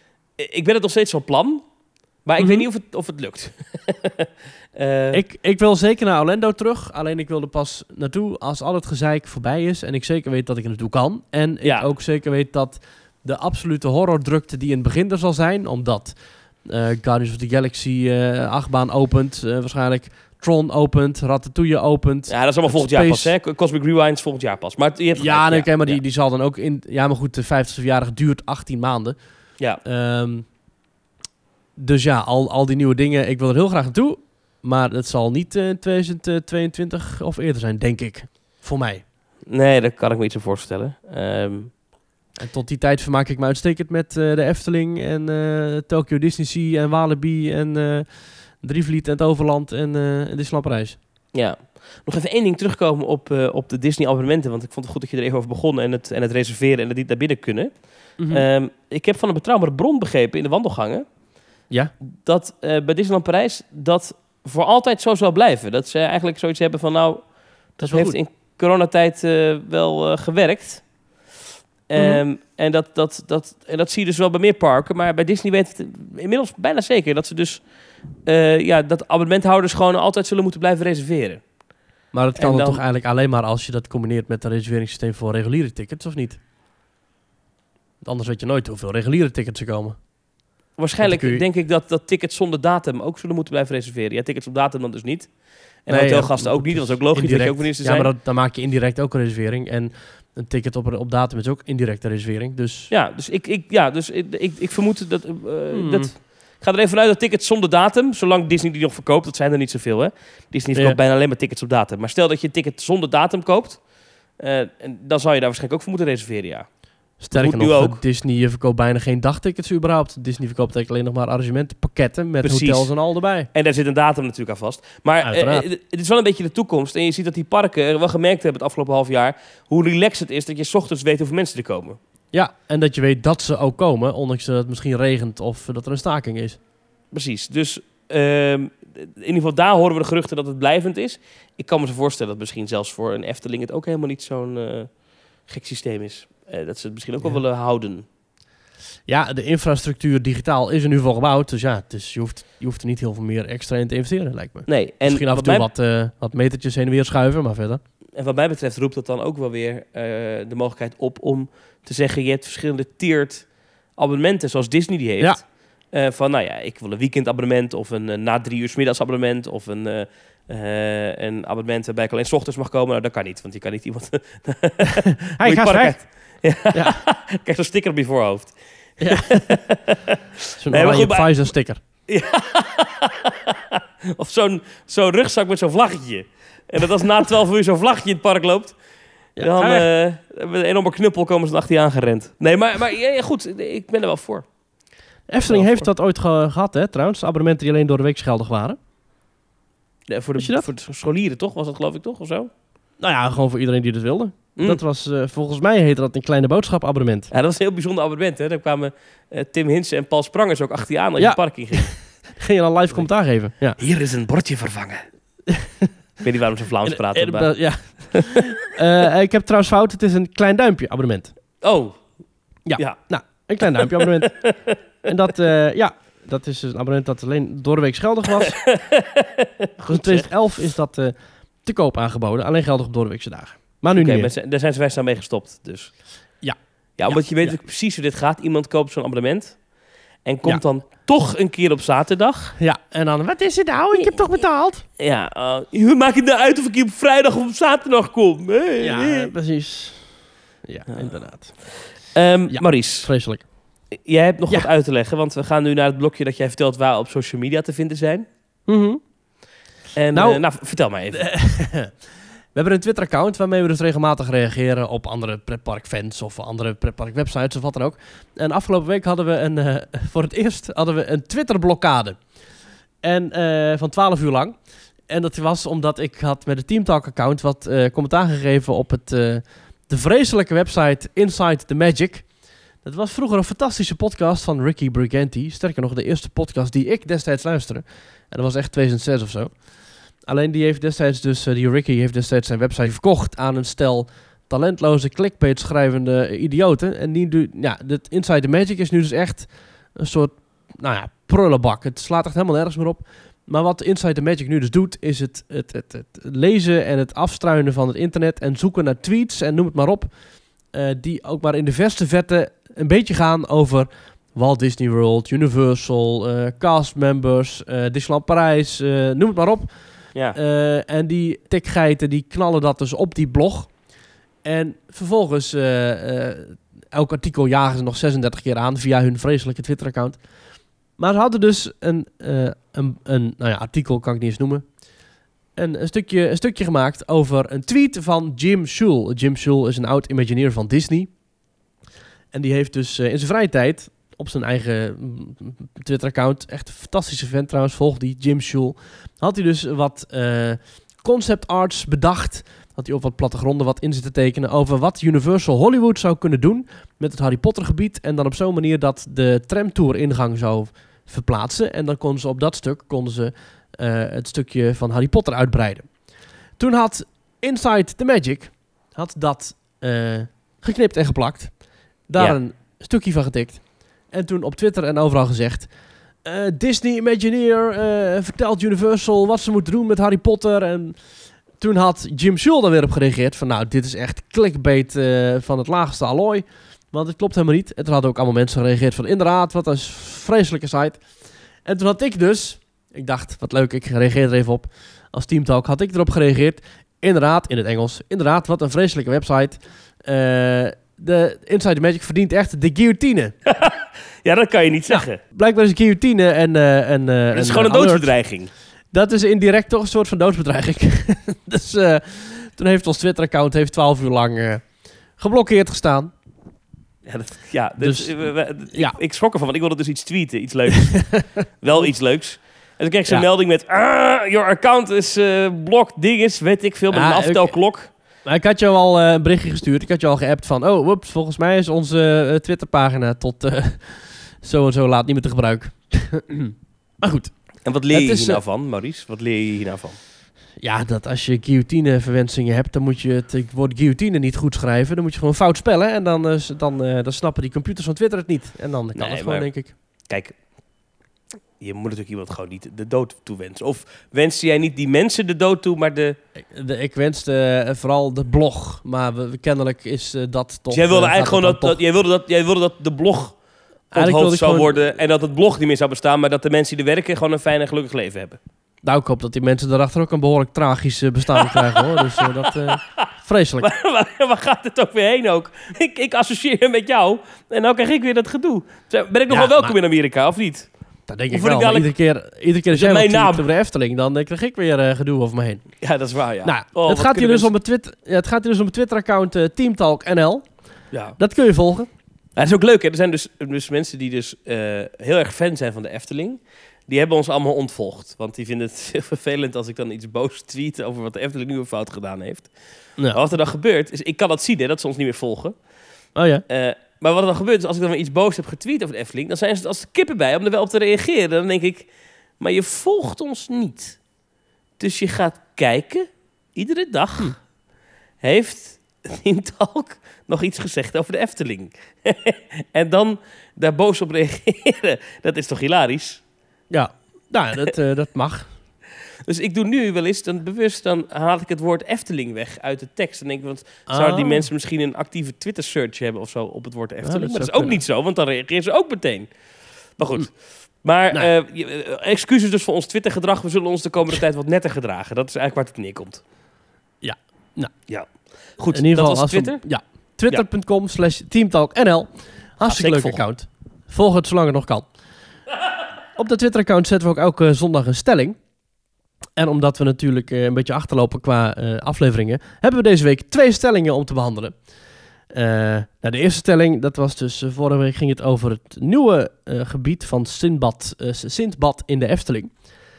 ik ben het nog steeds van plan. Maar ik Mhm. weet niet of het, of het lukt. uh, Ik, ik wil zeker naar Orlando terug. Alleen ik wil er pas naartoe als al het gezeik voorbij is. En ik zeker weet dat ik er naartoe kan. En Ja. ik ook zeker weet dat de absolute horrordrukte die in het begin er zal zijn. Omdat uh, Guardians of the Galaxy uh, achtbaan opent. Uh, waarschijnlijk Tron opent. Ratatouille opent. ja, dat is allemaal volgend jaar pas. Space- Hè? Cosmic Rewind is volgend jaar pas. Maar je hebt Ja, gelijk, nee, oké, maar ja. die, die zal dan ook in... Ja, maar goed, de vijftigste verjaardag duurt achttien maanden. Ja. Um, dus ja, al, al die nieuwe dingen, ik wil er heel graag naartoe. Maar het zal niet uh, tweeduizend tweeëntwintig of eerder zijn, denk ik. Voor mij. Nee, dat kan ik me iets zo voorstellen. Um, En tot die tijd vermaak ik me uitstekend met uh, de Efteling en uh, Tokyo Disney Sea en Walibi en uh, Drievliet en het Overland en uh, Disneyland Parijs. ja. Nog even één ding terugkomen op, uh, op de Disney abonnementen. Want ik vond het goed dat je er even over begon. En het, en het reserveren en het niet naar binnen kunnen. Mm-hmm. Um, ik heb van een betrouwbare bron begrepen in de wandelgangen. Ja? Dat uh, bij Disneyland Parijs dat voor altijd zo zal blijven. Dat ze eigenlijk zoiets hebben van nou, dat wel heeft goed. in coronatijd uh, wel uh, gewerkt. Um, Mhm. en, dat, dat, dat, en dat zie je dus wel bij meer parken. Maar bij Disney weet het inmiddels bijna zeker dat ze dus uh, ja, dat abonnementhouders gewoon altijd zullen moeten blijven reserveren. Maar dat kan En dan dan- toch eigenlijk alleen maar als je dat combineert met een reserveringssysteem voor reguliere tickets, of niet? Want anders weet je nooit hoeveel reguliere tickets er komen. Waarschijnlijk Want dan kun denk ik dat, dat tickets zonder datum ook zullen moeten blijven reserveren. Ja, tickets op datum dan dus niet. En Nee, hotelgasten ja, ook niet. Dat is ook logisch, weet je ook wanneer ze ja, zijn. maar dat, dan maak je indirect ook een reservering. En een ticket op, op datum is ook indirecte reservering. Dus Ja, dus ik, ik, ja, dus ik, ik, ik vermoed dat, uh, Hmm. dat... Ik ga er even vanuit dat tickets zonder datum, zolang Disney die nog verkoopt, dat zijn er niet zoveel, hè. Disney verkoopt Ja. bijna alleen maar tickets op datum. Maar stel dat je een ticket zonder datum koopt, uh, en dan zou je daar waarschijnlijk ook voor moeten reserveren, ja. sterker moet nu nog, ook. Disney verkoopt bijna geen dagtickets überhaupt. Disney verkoopt eigenlijk alleen nog maar arrangementenpakketten met Precies. hotels en al erbij. En daar zit een datum natuurlijk aan vast. Maar uh, Uiteraard. het is wel een beetje de toekomst. En je ziet dat die parken wel gemerkt hebben het afgelopen half jaar hoe relaxed het is dat je 's ochtends weet hoeveel mensen er komen. Ja, en dat je weet dat ze ook komen, ondanks dat het misschien regent of dat er een staking is. Precies. Dus um, in ieder geval daar horen we de geruchten dat het blijvend is. Ik kan me zo voorstellen dat misschien zelfs voor een Efteling het ook helemaal niet zo'n uh, gek systeem is. Uh, dat ze het misschien ook Ja. wel willen houden. Ja, de infrastructuur digitaal is er nu voor gebouwd. Dus ja, het is, je, hoeft, je hoeft er niet heel veel meer extra in te investeren, lijkt me. Nee. En Misschien af en toe mij, wat, uh, wat metertjes heen en weer schuiven, maar verder. En wat mij betreft roept dat dan ook wel weer uh, de mogelijkheid op om te zeggen... je hebt verschillende tiered abonnementen, zoals Disney die heeft. Ja. Uh, van, nou ja, ik wil een weekendabonnement of een uh, na drie uur 's middags abonnement... of een, uh, uh, een abonnement waarbij ik alleen 's ochtends mag komen. Nou, dat kan niet, want je kan niet iemand... Hij gaat weg. Ja. Ja. Kijk, zo'n sticker op je voorhoofd. Ja. Zo'n nee, oranje Pfizer sticker. Ja. Of zo'n, zo'n rugzak met zo'n vlaggetje. En dat als na twaalf uur zo'n vlaggetje in het park loopt... Ja, dan uh, met een enorme knuppel komen ze achter je aangerend. Nee, maar, maar ja, goed, ik ben er wel voor. Efteling heeft voor. dat ooit ge- gehad, hè, trouwens. Abonnementen die alleen door de week geldig waren. Ja, voor, de, voor de scholieren, toch? Was dat geloof ik toch, of zo? Nou ja, gewoon voor iedereen die dat wilde. Mm. Dat was, uh, volgens mij heette dat een kleine boodschap abonnement. Ja, dat was een heel bijzonder abonnement, hè. Daar kwamen uh, Tim Hinsen en Paul Sprangers ook achter je aan als ja. je het park in ging. Ging je dan live commentaar geven. Ja. Hier is een bordje vervangen. Ik weet niet waarom ze Vlaams praten. En, en, ja. uh, ik heb trouwens fout, het is een klein duimpje abonnement. Oh. Ja, ja. Nou, een klein duimpje abonnement. En dat, uh, ja, dat is een abonnement dat alleen door de week geldig was. Goed, in twintig elf is dat uh, te koop aangeboden, alleen geldig op doordeweekse dagen. Maar nu okay, niet meer. Daar zijn ze wij snel mee gestopt, dus. Ja. Ja, omdat ja, je weet ja. precies hoe dit gaat. Iemand koopt zo'n abonnement en komt ja. dan toch een keer op zaterdag. Ja, en dan, wat is het nou? Ik heb toch betaald? Ja, uh, we maken het uit of ik hier op vrijdag of op zaterdag kom. Hey, ja, hey. precies. Ja, ja. inderdaad. Um, ja, Maurice. Vreselijk. Jij hebt nog ja. wat uit te leggen, want we gaan nu naar het blokje dat jij vertelt waar op social media te vinden zijn. Mm-hmm. En nou, uh, nou, vertel maar even. We hebben een Twitter-account waarmee we dus regelmatig reageren op andere pretparkfans of andere pretparkwebsites of wat dan ook. En afgelopen week hadden we een, uh, voor het eerst hadden we een Twitter-blokkade. En uh, van twaalf uur lang. En dat was omdat ik had met het Teamtalk-account wat uh, commentaar gegeven op het, uh, de vreselijke website Inside the Magic. Dat was vroeger een fantastische podcast van Ricky Briganti. Sterker nog, de eerste podcast die ik destijds luisterde. En dat was echt tweeduizend zes of zo. Alleen die heeft destijds dus, uh, die Ricky heeft destijds zijn website verkocht aan een stel talentloze clickbait schrijvende idioten. En die doen, ja, dit Inside the Magic is nu dus echt een soort, nou ja, prullenbak. Het slaat echt helemaal nergens meer op. Maar wat Inside the Magic nu dus doet, is het, het, het, het lezen en het afstruinen van het internet en zoeken naar tweets en noem het maar op. Uh, die ook maar in de verste verte een beetje gaan over Walt Disney World, Universal, uh, castmembers, uh, Disneyland Parijs, uh, noem het maar op. Ja. Uh, en die tikgeiten die knallen dat dus op die blog. En vervolgens, uh, uh, elk artikel jagen ze nog zesendertig keer aan via hun vreselijke Twitter-account. Maar ze hadden dus een, uh, een, een nou ja, artikel, kan ik niet eens noemen. Een, een, stukje, een stukje gemaakt over een tweet van Jim Shull. Jim Shull is een oud Imagineer van Disney. En die heeft dus uh, in zijn vrije tijd op zijn eigen Twitter-account, echt een fantastische vent trouwens, volgt die Jim Shull, had hij dus wat uh, concept arts bedacht. Had hij op wat plattegronden wat in zitten tekenen over wat Universal Hollywood zou kunnen doen met het Harry Potter gebied. En dan op zo'n manier dat de tramtour ingang zou verplaatsen. En dan konden ze op dat stuk konden ze uh, het stukje van Harry Potter uitbreiden. Toen had Inside the Magic had dat uh, geknipt en geplakt. Daar ja. een stukje van getikt. En toen op Twitter en overal gezegd, Uh, Disney Imagineer uh, vertelt Universal wat ze moeten doen met Harry Potter. En toen had Jim Shull daar weer op gereageerd van, nou, dit is echt clickbait uh, van het laagste allooi. Want het klopt helemaal niet. En toen hadden ook allemaal mensen gereageerd van, inderdaad, wat een vreselijke site. En toen had ik dus, ik dacht, wat leuk, ik reageer er even op. Als Teamtalk had ik erop gereageerd. Inderdaad, in het Engels. Inderdaad, wat een vreselijke website. Uh, de Inside the Magic verdient echt de guillotine. Ja, dat kan je niet zeggen. Ja, blijkbaar is een guillotine en... Uh, en uh, dat is een, gewoon een alert. doodsbedreiging. Dat is indirect toch een soort van doodsbedreiging. Dus uh, toen heeft ons Twitter-account heeft twaalf uur lang uh, geblokkeerd gestaan. Ja, dat, ja, dus, dit, we, we, ja. Ik, ik schrok ervan, want ik wilde dus iets tweeten, iets leuks. Wel iets leuks. En toen kreeg ik zo'n ja. melding met... Ah, your account is uh, blocked, dinges, weet ik veel, met ja, een aftelklok. Okay. Maar ik had jou al uh, een berichtje gestuurd. Ik had je al geappt van... Oh, whoops, volgens mij is onze uh, Twitterpagina tot uh, zo en zo laat niet meer te gebruiken. Maar goed. En wat leer je is, hier nou van, Maurice? Wat leer je hier nou van? Ja, dat als je guillotine-verwensingen hebt, dan moet je het woord guillotine niet goed schrijven. Dan moet je gewoon fout spellen en dan, uh, dan, uh, dan snappen die computers van Twitter het niet. En dan kan nee, het gewoon, maar, denk ik. Kijk, je moet natuurlijk iemand gewoon niet de dood toewensen. Of wenste jij niet die mensen de dood toe, maar de... Ik, de, ik wenste uh, vooral de blog, maar we, kennelijk is uh, dat toch... Dus jij wilde uh, eigenlijk gewoon dat, dat, jij wilde dat, jij wilde dat de blog onthoofd zou gewoon... worden en dat het blog niet meer zou bestaan, maar dat de mensen die er werken gewoon een fijn en gelukkig leven hebben. Nou, ik hoop dat die mensen daarachter ook een behoorlijk tragisch uh, bestaan krijgen, hoor. Dus uh, dat... Uh, vreselijk. Waar, waar, waar gaat het ook weer heen ook? Ik, ik associeer met jou en nou krijg ik weer dat gedoe. Ben ik nog ja, wel welkom maar... in Amerika, of niet? Dat denk ik wel. Ik iedere keer, iedere keer als jij wat tweet over de Efteling, dan uh, krijg ik weer uh, gedoe over me heen. Ja, dat is waar, ja. Nou, oh, het, gaat hier dus om het, twit- ja, het gaat hier dus om het Twitter-account uh, Teamtalk N L. Ja. Dat kun je volgen. Ja, dat is ook leuk, hè. Er zijn dus, dus mensen die dus uh, heel erg fan zijn van de Efteling. Die hebben ons allemaal ontvolgd. Want die vinden het heel vervelend als ik dan iets boos tweet over wat de Efteling nu een fout gedaan heeft. Ja. Wat er dan gebeurt, is ik kan dat zien, hè, dat ze ons niet meer volgen. Oh ja. Uh, maar wat er dan gebeurt, is als ik dan weer iets boos heb getweet over de Efteling, dan zijn ze als de kippen bij om er wel op te reageren. Dan denk ik, maar je volgt ons niet. Dus je gaat kijken, iedere dag hm. heeft Teamtalk nog iets gezegd over de Efteling. En dan daar boos op reageren, dat is toch hilarisch? Ja, nou, dat, uh, dat mag. Dus ik doe nu wel eens, dan bewust, dan haal ik het woord Efteling weg uit de tekst. En denk ik, want zouden oh. die mensen misschien een actieve Twitter-search hebben of zo op het woord Efteling? Ja, dat maar dat is ook kunnen. Niet zo, want dan reageren ze ook meteen. Maar goed. Mm. Maar nee. uh, excuses dus voor ons Twitter-gedrag. We zullen ons de komende tijd wat netter gedragen. Dat is eigenlijk waar het op neerkomt. Ja. Nou. Ja. Goed, in ieder dat geval, was Twitter? We, ja. Twitter punt com slash teamtalknl. Hartstikke leuk account. Volg het zolang het nog kan. Op de Twitter-account zetten we ook elke zondag een stelling. En omdat we natuurlijk uh, een beetje achterlopen qua uh, afleveringen, hebben we deze week twee stellingen om te behandelen. Uh, nou, de eerste stelling, dat was dus, uh, vorige week ging het over het nieuwe uh, gebied van Sintbad, uh, Sintbad in de Efteling.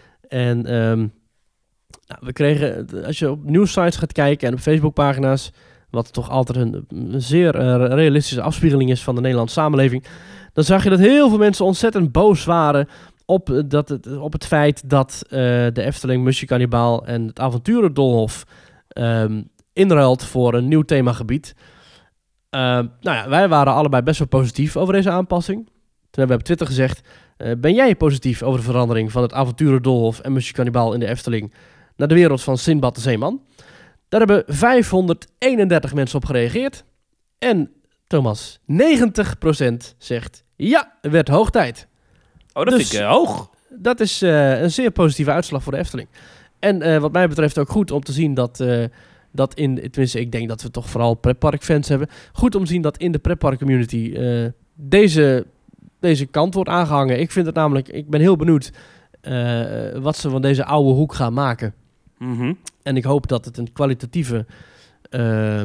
En um, nou, we kregen, als je op nieuwssites gaat kijken en op Facebookpagina's, wat toch altijd een, een zeer uh, realistische afspiegeling is van de Nederlandse samenleving, dan zag je dat heel veel mensen ontzettend boos waren op, dat het, op het feit dat uh, de Efteling, Musje-Kannibaal en het Avonturendolhof um, inruilt voor een nieuw themagebied. Uh, nou ja, wij waren allebei best wel positief over deze aanpassing. Toen hebben we op Twitter gezegd, uh, ben jij positief over de verandering van het Avonturendolhof en Musje-Kannibaal in de Efteling naar de wereld van Sindbad de Zeeman? Daar hebben vijfhonderdeenendertig mensen op gereageerd. En Thomas, negentig procent zegt ja, het werd hoog tijd. Oh, dat dus, vind ik uh, hoog. Dat is uh, een zeer positieve uitslag voor de Efteling. En uh, wat mij betreft ook goed om te zien dat, uh, dat in... Tenminste, ik denk dat we toch vooral pretparkfans hebben. Goed om te zien dat in de pretpark community uh, deze, deze kant wordt aangehangen. Ik vind het namelijk... Ik ben heel benieuwd uh, wat ze van deze oude hoek gaan maken. Mm-hmm. En ik hoop dat het een kwalitatieve uh,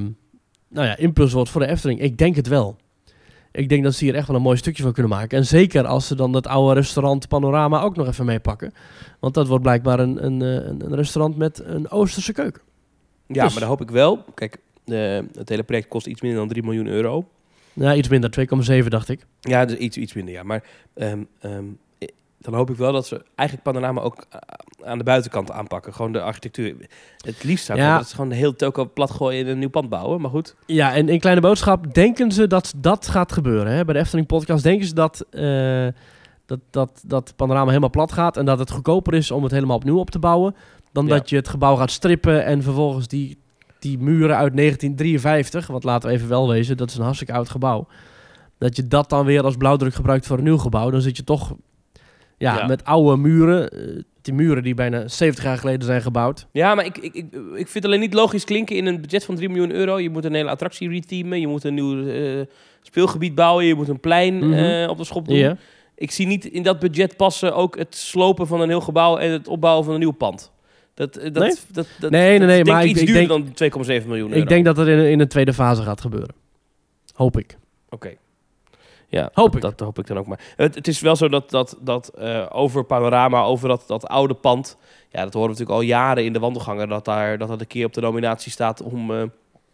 nou ja, impuls wordt voor de Efteling. Ik denk het wel. Ik denk dat ze hier echt wel een mooi stukje van kunnen maken. En zeker als ze dan dat oude restaurant Panorama ook nog even meepakken. Want dat wordt blijkbaar een, een, een, een restaurant met een Oosterse keuken. Ja, dus. Maar dat hoop ik wel. Kijk, uh, het hele project kost iets minder dan drie miljoen euro. Ja, iets minder. twee komma zeven dacht ik. Ja, dus iets, iets minder, ja. Maar um, um, dan hoop ik wel dat ze eigenlijk Panorama ook aan de buitenkant aanpakken. Gewoon de architectuur. Het liefst zou ik ja. dat ze gewoon de hele toko plat gooien en een nieuw pand bouwen. Maar goed. Ja, en in Kleine Boodschap denken ze dat dat gaat gebeuren. Hè? Bij de Efteling podcast denken ze dat, uh, dat, dat, dat Panorama helemaal plat gaat. En dat het goedkoper is om het helemaal opnieuw op te bouwen. Dan ja. dat je het gebouw gaat strippen en vervolgens die, die muren uit negentien drieënvijftig. Want laten we even wel wezen, dat is een hartstikke oud gebouw. Dat je dat dan weer als blauwdruk gebruikt voor een nieuw gebouw. Dan zit je toch... Ja, ja, met oude muren. Die muren die bijna zeventig jaar geleden zijn gebouwd. Ja, maar ik, ik, ik, ik vind het alleen niet logisch klinken in een budget van drie miljoen euro. Je moet een hele attractie reteamen. Je moet een nieuw uh, speelgebied bouwen. Je moet een plein mm-hmm. uh, op de schop doen. Ja. Ik zie niet in dat budget passen ook het slopen van een heel gebouw en het opbouwen van een nieuw pand. Dat, dat, nee? dat, dat, nee, nee, dat nee, denk maar iets ik, duurder ik denk, dan twee komma zeven miljoen euro. Ik denk dat het in, in een tweede fase gaat gebeuren. Hoop ik. Oké. Okay. Ja, hoop dat, ik. Dat hoop ik dan ook maar. Het, het is wel zo dat, dat, dat uh, over Panorama, over dat, dat oude pand... Ja, dat horen we natuurlijk al jaren in de wandelgangen... dat daar, dat dat een keer op de nominatie staat om, uh,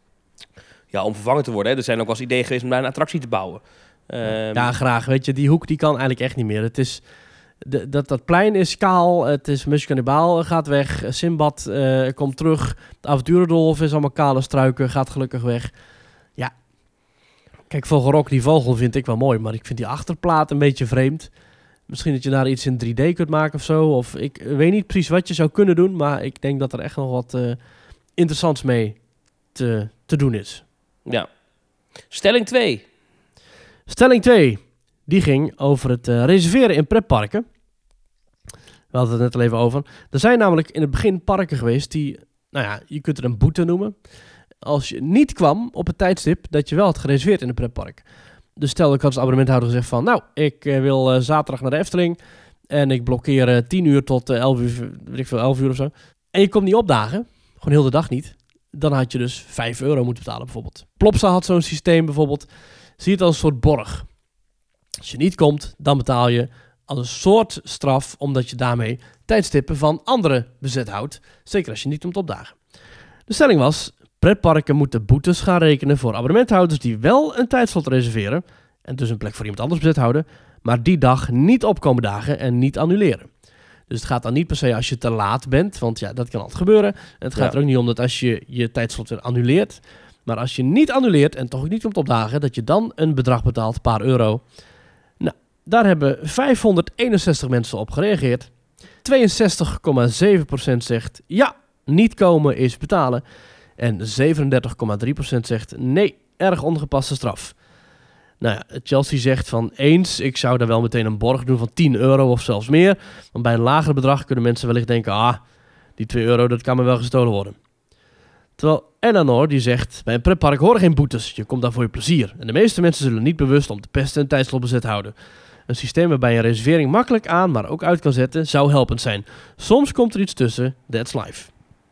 ja, om vervangen te worden. Hè. Er zijn ook wel eens ideeën geweest om daar een attractie te bouwen. Um, ja, graag. Weet je, die hoek die kan eigenlijk echt niet meer. Het is, de, dat, dat plein is kaal. Het is Mission Cannibal gaat weg. Sinbad uh, komt terug. De avonturendolf is allemaal kale struiken. Gaat gelukkig weg. Ja. Kijk, Vogelrok, die vogel vind ik wel mooi. Maar ik vind die achterplaat een beetje vreemd. Misschien dat je daar iets in drie D kunt maken of zo. Of ik weet niet precies wat je zou kunnen doen. Maar ik denk dat er echt nog wat uh, interessants mee te, te doen is. Ja. Stelling twee. Stelling twee. Die ging over het uh, reserveren in pretparken. We hadden het net al even over. Er zijn namelijk in het begin parken geweest die, nou ja, je kunt het een boete noemen. Als je niet kwam op het tijdstip dat je wel had gereserveerd in het pretpark. Dus stel ik had als abonnementhouder gezegd van, nou, ik uh, wil uh, zaterdag naar de Efteling. En ik blokkeer uh, tien uur tot uh, elf uur, weet ik veel, elf uur of zo. En je komt niet opdagen, gewoon heel de dag niet. Dan had je dus vijf euro moeten betalen bijvoorbeeld. Plopsa had zo'n systeem bijvoorbeeld. Zie het als een soort borg. Als je niet komt, dan betaal je als een soort straf, omdat je daarmee tijdstippen van anderen bezet houdt. Zeker als je niet komt opdagen. De stelling was, pretparken moeten boetes gaan rekenen voor abonnementhouders die wel een tijdslot reserveren, en dus een plek voor iemand anders bezet houden, maar die dag niet opkomen dagen en niet annuleren. Dus het gaat dan niet per se als je te laat bent, want ja, dat kan altijd gebeuren. En het gaat ja. er ook niet om dat als je je tijdslot weer annuleert, maar als je niet annuleert en toch ook niet komt opdagen, dat je dan een bedrag betaalt, een paar euro. Nou, daar hebben vijfhonderdeenenzestig mensen op gereageerd. tweeënzestig komma zeven procent zegt ja, niet komen is betalen. En zevenendertig komma drie procent zegt nee, erg ongepaste straf. Nou ja, Chelsea zegt van eens, ik zou daar wel meteen een borg doen van tien euro of zelfs meer. Want bij een lager bedrag kunnen mensen wellicht denken, ah, die twee euro, dat kan me wel gestolen worden. Terwijl Eleanor die zegt, bij een pretpark horen geen boetes, je komt daar voor je plezier. En de meeste mensen zullen niet bewust om te pesten en tijdslot bezet houden. Een systeem waarbij je een reservering makkelijk aan, maar ook uit kan zetten, zou helpend zijn. Soms komt er iets tussen, that's life.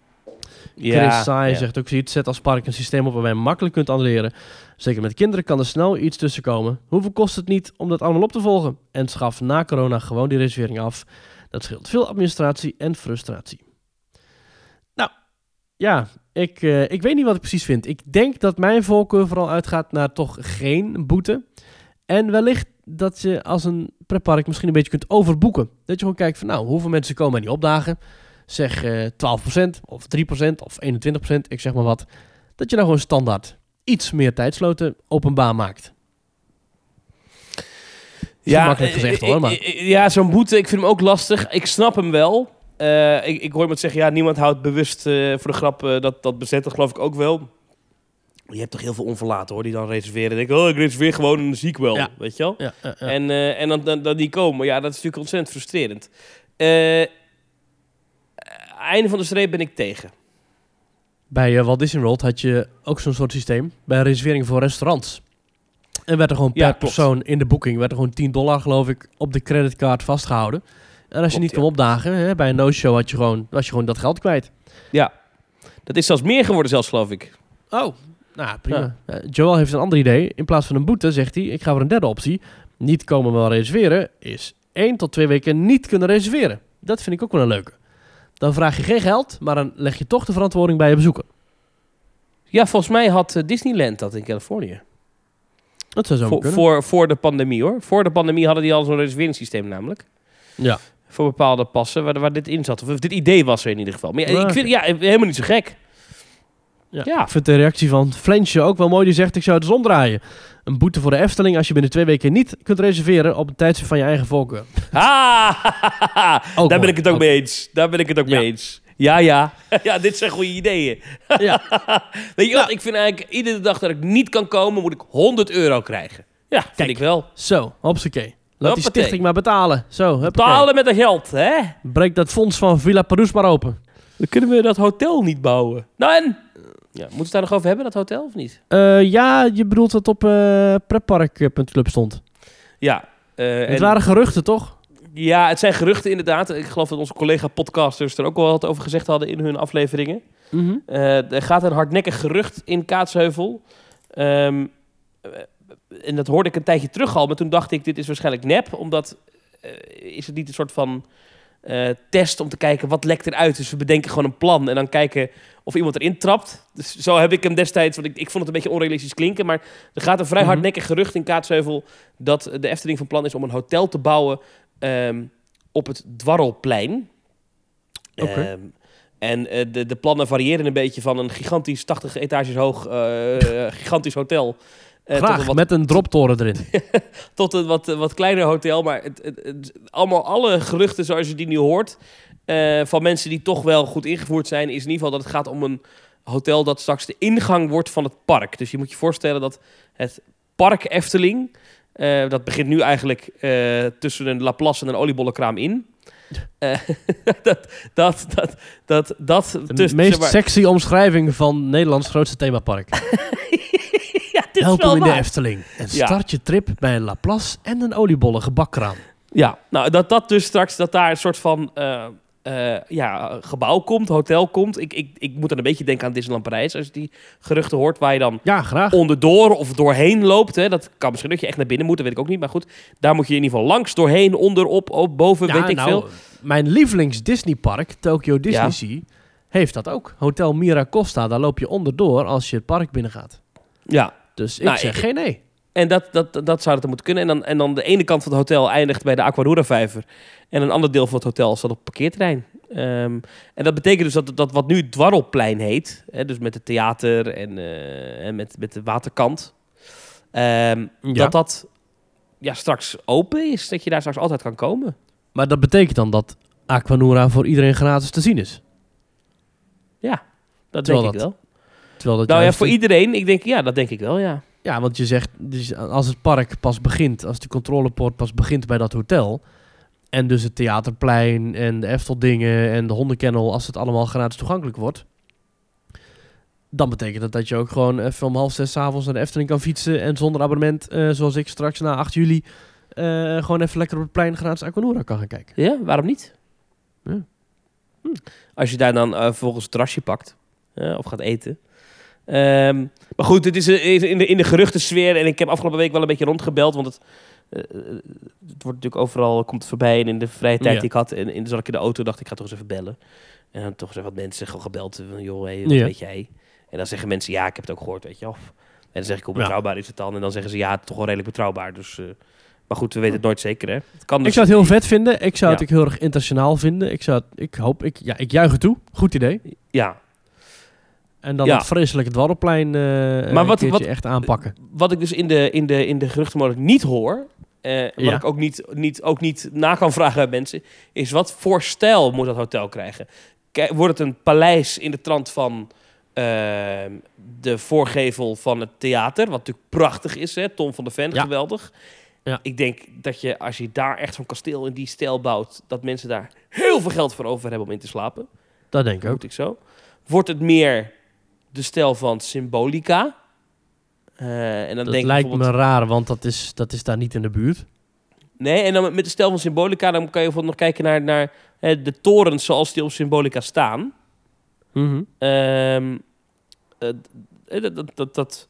Ja, Chris Saai ja. zegt ook zoiets, zet als park een systeem op waarbij je makkelijk kunt annuleren. Zeker met kinderen kan er snel iets tussen komen. Hoeveel kost het niet om dat allemaal op te volgen? En schaf na corona gewoon die reservering af. Dat scheelt veel administratie en frustratie. Nou, ja, ik, uh, ik weet niet wat ik precies vind. Ik denk dat mijn voorkeur vooral uitgaat naar toch geen boete. En wellicht dat je als een pretpark misschien een beetje kunt overboeken. Dat je gewoon kijkt van, nou, hoeveel mensen komen er niet opdagen? Zeg uh, twaalf procent of drie procent of eenentwintig procent, ik zeg maar wat. Dat je dan gewoon standaard iets meer tijdsloten openbaar maakt. Ja, makkelijk gezegd hoor. Maar. Ja, zo'n boete, ik vind hem ook lastig. Ik snap hem wel. Uh, ik, ik hoor iemand zeggen, ja, niemand houdt bewust uh, voor de grap uh, dat, dat bezet. Dat geloof ik ook wel. Je hebt toch heel veel onverlaten hoor, die dan reserveren. En denken, oh, ik reserveer gewoon en dan zie ik wel. Ja. Weet je wel? Ja, ja, ja. En, uh, en dan, dan, dan die komen. Ja, dat is natuurlijk ontzettend frustrerend. Uh, einde van de streep ben ik tegen. Bij uh, Walt Disney World had je ook zo'n soort systeem. Bij reserveringen voor restaurants. En werd er gewoon per ja, persoon in de boeking, werd er gewoon tien dollar geloof ik op de creditcard vastgehouden. En als je klopt, niet ja. kon opdagen, hè, bij een no-show had je gewoon, was je gewoon dat geld kwijt. Ja, dat is zelfs meer geworden zelfs geloof ik. Oh, nou prima. Ja. Uh, Joel heeft een ander idee. In plaats van een boete zegt hij, ik ga voor een derde optie. Niet komen wel reserveren is één tot twee weken niet kunnen reserveren. Dat vind ik ook wel een leuke. Dan vraag je geen geld, maar dan leg je toch de verantwoording bij je bezoeker. Ja, volgens mij had uh, Disneyland dat in Californië. Dat zou zo voor, kunnen. Voor, voor de pandemie hoor. Voor de pandemie hadden die al zo'n reserveringssysteem namelijk. Ja. Voor bepaalde passen waar, waar dit in zat. Of dit idee was er in ieder geval. Maar ja, ah, ik vind ja, helemaal niet zo gek. Ja, ja. Ik vind de reactie van Flensje ook wel mooi. Die zegt, ik zou het eens omdraaien. Een boete voor de Efteling als je binnen twee weken niet kunt reserveren op een tijdstip van je eigen voorkeur. Ah, daar ben ik het ook, ook mee eens. Daar ben ik het ook ja. mee eens. Ja, ja. Ja, dit zijn goede ideeën. Ja. Weet je wat? Ja. Ik vind eigenlijk, iedere dag dat ik niet kan komen, moet ik honderd euro krijgen. Ja, vind Kijk, ik wel. Zo, hopsakee. Laat die stichting maar betalen. Zo, betalen met dat geld, hè? Breek dat fonds van Villa Pardoes maar open. Dan kunnen we dat hotel niet bouwen. Nou en? Ja, moeten we het daar nog over hebben, dat hotel, of niet? Uh, ja, je bedoelt dat het op uh, pretpark punt club stond. Ja. Uh, het en... waren geruchten, toch? Ja, het zijn geruchten inderdaad. Ik geloof dat onze collega-podcasters er ook wel wat over gezegd hadden in hun afleveringen. Mm-hmm. Uh, er gaat een hardnekkig gerucht in Kaatsheuvel. Um, en dat hoorde ik een tijdje terug al, maar toen dacht ik, dit is waarschijnlijk nep. Omdat, uh, is het niet een soort van uh, test om te kijken wat lekt eruit. Dus we bedenken gewoon een plan en dan kijken of iemand erin trapt. Dus zo heb ik hem destijds, want ik, ik vond het een beetje onrealistisch klinken. Maar er gaat een vrij mm-hmm. hardnekkig gerucht in Kaatsheuvel dat de Efteling van plan is om een hotel te bouwen um, op het Dwarrelplein. Okay. Um, en uh, de, de plannen variëren een beetje van een gigantisch tachtig etages hoog uh, gigantisch hotel. Uh, Graag, tot een wat, met een droptoren erin. tot een wat, wat kleiner hotel. Maar het, het, het, allemaal alle geruchten zoals je die nu hoort... Uh, van mensen die toch wel goed ingevoerd zijn... is in ieder geval dat het gaat om een hotel... dat straks de ingang wordt van het park. Dus je moet je voorstellen dat het park Efteling... Uh, dat begint nu eigenlijk uh, tussen een Laplace en een oliebollenkraam in... Uh, dat, dat, dat, dat, dat, de tussen, meest zeg maar... sexy omschrijving van Nederlands grootste themapark. Ja, dit Welkom is wel in waar. de Efteling. En start ja. je trip bij een Laplace en een oliebollen gebakkraam. Ja, nou dat dat dus straks, dat daar een soort van uh, uh, ja, gebouw komt, hotel komt. Ik, ik, ik moet dan een beetje denken aan Disneyland Parijs. Als je die geruchten hoort waar je dan ja, graag. onderdoor of doorheen loopt. Hè. Dat kan misschien dat je echt naar binnen moet, dat weet ik ook niet. Maar goed, daar moet je in ieder geval langs, doorheen, onder, op, op boven, ja, weet ik nou, veel. Mijn lievelings Disneypark, Tokyo Disney Ja. Sea, heeft dat ook. Hotel Miracosta, daar loop je onderdoor als je het park binnengaat. Ja. Dus ik nou, zeg ik, geen nee. En dat, dat, dat zou het dan moeten kunnen. En dan, en dan de ene kant van het hotel eindigt bij de Aquarura-vijver. En een ander deel van het hotel staat op het parkeerterrein. Um, en dat betekent dus dat, dat wat nu het Dwarrelplein heet... Hè, dus met het theater en, uh, en met, met de waterkant... Um, ja. dat dat ja, straks open is. Dat je daar straks altijd kan komen. Maar dat betekent dan dat Aquanura voor iedereen gratis te zien is? Ja, dat terwijl denk dat, ik wel. Terwijl dat nou ja, voor iedereen. Ik denk, ja, dat denk ik wel, ja. Ja, want je zegt, dus als het park pas begint, als de controlepoort pas begint bij dat hotel, en dus het Theaterplein en de Efteldingen en de hondenkennel, als het allemaal gratis toegankelijk wordt, dan betekent dat dat je ook gewoon even om half zes 's avonds naar de Efteling kan fietsen en zonder abonnement, uh, zoals ik straks na acht juli, uh, gewoon even lekker op het plein gratis Aquanura kan gaan kijken. Ja, waarom niet? Ja. Hm. Als je daar dan uh, vervolgens het terrasje pakt, uh, of gaat eten. Um, maar goed, het is in de, in de geruchtensfeer. En ik heb afgelopen week wel een beetje rondgebeld. Want het, uh, het wordt natuurlijk overal, komt het voorbij. En in de vrije tijd ja. die ik had, en, en zat ik in de auto, dacht ik, ga toch eens even bellen. En dan toch eens even wat mensen gewoon gebeld. Van, joh, hey, wat ja. weet jij? En dan zeggen mensen, ja, ik heb het ook gehoord, weet je. Of, en dan zeg ik, hoe betrouwbaar ja. is het dan? En dan zeggen ze, ja, het is toch wel redelijk betrouwbaar. Dus, uh, maar goed, we weten het nooit zeker, hè. Het kan dus ik zou het heel vet vinden. Ik zou ja. het ook heel erg internationaal vinden. Ik, zou het, ik hoop, ik, ja, ik juich het toe. Goed idee. Ja. En dan ja. het vreselijke Dwarrelplein uh, maar wat, een keertje wat, echt aanpakken. Wat ik dus in de, in de, in de geruchtenmolen niet hoor... Uh, wat ja. ik ook niet, niet, ook niet na kan vragen bij mensen... is wat voor stijl moet dat hotel krijgen? K- wordt het een paleis in de trant van uh, de voorgevel van het theater... wat natuurlijk prachtig is, hè? Tom van de Ven, ja. geweldig. Ja. Ik denk dat je, als je daar echt zo'n kasteel in die stijl bouwt... dat mensen daar heel veel geld voor over hebben om in te slapen. Dat denk ik ook. Ik zo. Wordt het meer... de stijl van Symbolica. Uh, en dan dat denk lijkt bijvoorbeeld... me raar, want dat is, dat is daar niet in de buurt. Nee, en dan met de stijl van Symbolica... dan kan je bijvoorbeeld nog kijken naar, naar hè, de torens zoals die op Symbolica staan. Mm-hmm. Um, uh, dat... dat, dat, dat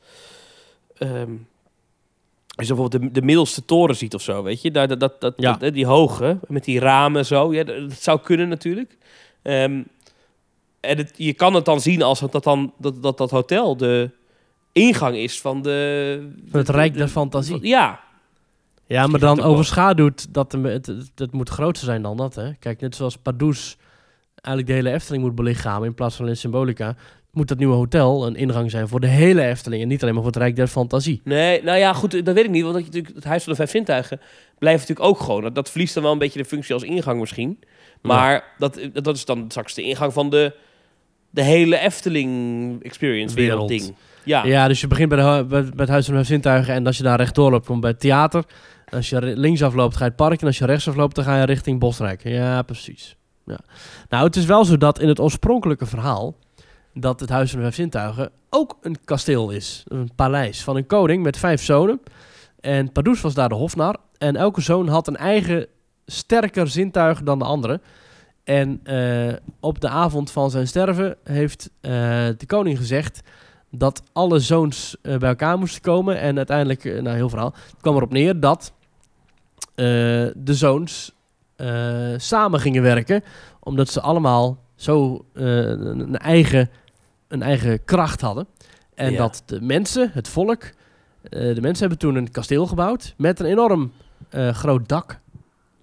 um, als je bijvoorbeeld de, de middelste toren ziet of zo, weet je... Dat, dat, dat, ja. dat, die hoge, met die ramen zo... Ja, dat, dat zou kunnen natuurlijk. Um, En het, je kan het dan zien als dat dan, dat, dat, dat hotel de ingang is van de... Van het Rijk der Fantasie. Ja. Ja, maar dan overschaduwt dat het, het, het, het moet groter zijn dan dat, hè. Kijk, net zoals Pardoes eigenlijk de hele Efteling moet belichamen in plaats van in Symbolica, moet dat nieuwe hotel een ingang zijn voor de hele Efteling en niet alleen maar voor het Rijk der Fantasie. Nee, nou ja, goed, dat weet ik niet, want dat je natuurlijk, het Huis van de Vijf Zintuigen blijft natuurlijk ook gewoon. Dat, dat verliest dan wel een beetje de functie als ingang misschien. Maar ja. dat, dat is dan straks de ingang van de, de hele Efteling experience wereld ding. Ja. ja, dus je begint bij, de, bij, bij het Huis van de Vijf Zintuigen en als je daar rechtdoor loopt, kom je bij het theater. En als je linksaf loopt, ga je het park. En als je rechtsaf loopt, dan ga je richting Bosrijk. Ja, precies. Ja. Nou, het is wel zo dat in het oorspronkelijke verhaal dat het Huis van de Vijf Zintuigen ook een kasteel is. Een paleis van een koning met vijf zonen. En Pardoes was daar de hofnar. En elke zoon had een eigen sterker zintuig dan de andere. En uh, op de avond van zijn sterven heeft uh, de koning gezegd dat alle zoons uh, bij elkaar moesten komen. En uiteindelijk, uh, nou heel verhaal, het kwam erop neer dat uh, de zoons uh, samen gingen werken. Omdat ze allemaal zo uh, een, eigen, een eigen kracht hadden. En ja. dat de mensen, het volk, uh, de mensen hebben toen een kasteel gebouwd met een enorm uh, groot dak.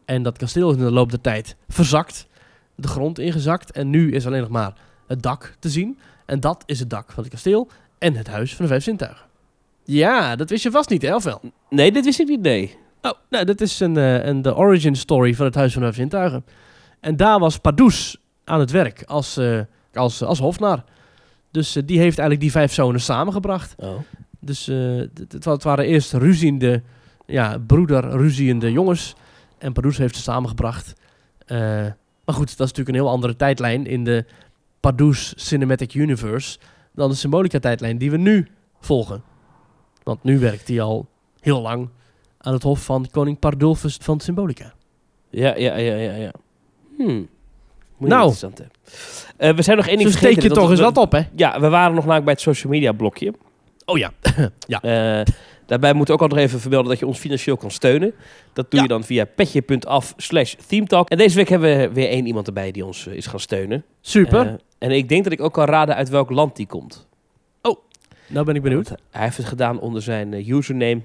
En dat kasteel is in de loop der tijd verzakt. De grond ingezakt. En nu is alleen nog maar het dak te zien. En dat is het dak van het kasteel en het huis van de vijf zintuigen. Ja, dat wist je vast niet, hè, of wel? Nee, dit wist ik niet, nee. Oh, nou, dat is een, uh, een, de origin story van het huis van de vijf zintuigen. En daar was Pardoes aan het werk als, uh, als, als hofnar. Dus uh, die heeft eigenlijk die vijf zonen samengebracht. Oh. Dus uh, het, het waren eerst ruziende, ja, broeder ruziende jongens. En Pardoes heeft ze samengebracht. Uh, maar goed, dat is natuurlijk een heel andere tijdlijn in de Pardoes Cinematic Universe dan de Symbolica-tijdlijn die we nu volgen. Want nu werkt hij al heel lang aan het hof van koning Pardulfus van Symbolica. Ja, ja, ja, ja, ja. Hmm. Nou, uh, we zijn nog één ding zo steek je toch eens wat op, hè? Ja, we waren nog namelijk bij het social media blokje. Oh ja. ja. Uh, daarbij moeten we ook al nog even vermelden dat je ons financieel kan steunen. Dat doe ja. je dan via petje.af slash themetalk. En deze week hebben we weer één iemand erbij die ons uh, is gaan steunen. Super. Uh, en ik denk dat ik ook kan raden uit welk land die komt. Oh, nou ben ik benieuwd. Want hij heeft het gedaan onder zijn uh, username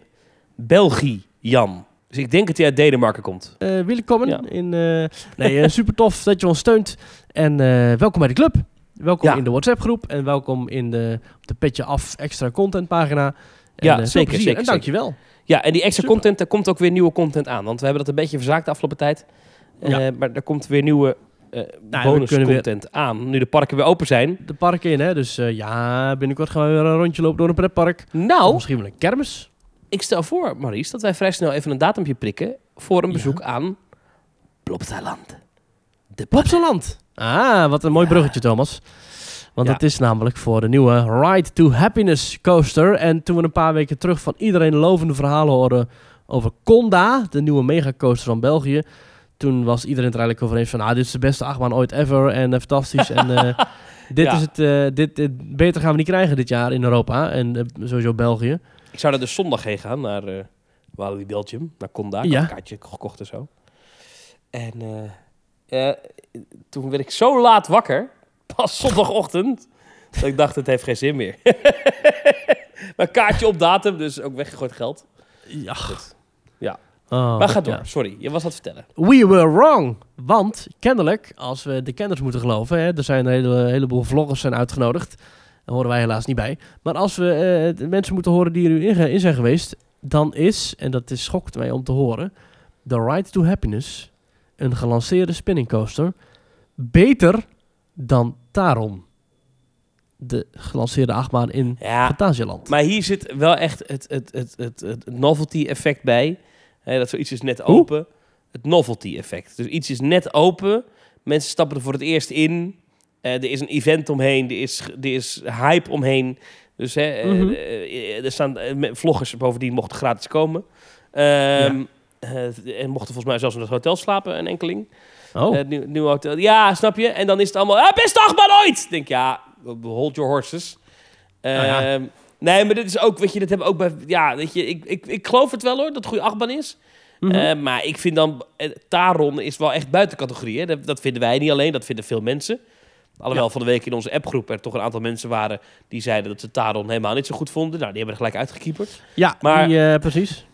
Belgian. Dus ik denk dat hij uit Denemarken komt. Uh, Welkom ja. in... Uh, nee, uh, super tof dat je ons steunt. En uh, welkom bij de club. Welkom ja. in de WhatsApp groep. En welkom in de, op de Petje Af extra content pagina. En, ja, uh, zeker, zeker. En dankjewel. Ja, en die extra super. content, daar komt ook weer nieuwe content aan. Want we hebben dat een beetje verzaakt de afgelopen tijd. Uh, ja. Maar er komt weer nieuwe uh, nou, bonus content weer... aan. Nu de parken weer open zijn. De parken in, hè. Dus uh, ja, binnenkort gaan we weer een rondje lopen door een pretpark. Nou... Of misschien wel een kermis. Ik stel voor, Maurice, dat wij vrij snel even een datumpje prikken voor een bezoek ja. aan Plopsaland. De Plopsaland. Ah, wat een mooi ja. bruggetje, Thomas. Want ja. het is namelijk voor de nieuwe Ride to Happiness coaster. En toen we een paar weken terug van iedereen lovende verhalen hoorden over Conda, de nieuwe megacoaster van België. Toen was iedereen er eigenlijk over eens van, ah, dit is de beste achtbaan ooit ever en uh, fantastisch. en uh, dit ja. is het, uh, dit, dit, beter gaan we niet krijgen dit jaar in Europa en uh, sowieso België. Ik zou er dus zondag heen gaan naar uh, Walibi Belgium, naar Conda. Ik ja. had een kaartje gekocht en zo. En uh, uh, toen werd ik zo laat wakker, pas zondagochtend, dat ik dacht, het heeft geen zin meer. Mijn kaartje op datum, dus ook weggegooid geld. Ja. Goed. Ja. Oh, maar ga door, ja. sorry, je was wat vertellen. We were wrong, want kennelijk, als we de kenners moeten geloven, hè, er zijn een hele, heleboel vloggers zijn uitgenodigd. Daar horen wij helaas niet bij. Maar als we uh, de mensen moeten horen die er nu in, in zijn geweest, dan is, en dat is schokt mij om te horen, de Ride to Happiness, een gelanceerde spinning coaster, beter dan Taron. De gelanceerde achtbaan in ja, Fantasieland. Maar hier zit wel echt het, het, het, het, het novelty effect bij. He, dat zoiets is net open. Hoe? Het novelty effect. Dus iets is net open. Mensen stappen er voor het eerst in. Uh, er is een event omheen. Er is, er is hype omheen. Dus hè, mm-hmm. uh, er staan uh, vloggers bovendien mochten gratis komen. Um, ja. uh, en mochten volgens mij zelfs in het hotel slapen, een enkeling. Oh. Uh, nieuw, nieuw hotel. Ja, snap je? En dan is het allemaal, ah, beste achtbaan ooit! Ik denk, ja, hold your horses. Uh, oh, ja. Nee, maar dit is ook, weet je, dat hebben we ook bij, ja, weet je, ik, ik, ik geloof het wel hoor, dat het een goede achtbaan is. Mm-hmm. Uh, maar ik vind dan, uh, Taron is wel echt buiten categorie. Hè? Dat, dat vinden wij niet alleen, dat vinden veel mensen. Alhoewel ja. van de week in onze appgroep er toch een aantal mensen waren die zeiden dat ze Taron helemaal niet zo goed vonden. Nou, die hebben er gelijk uitgekieperd. Ja, maar, die, uh, precies.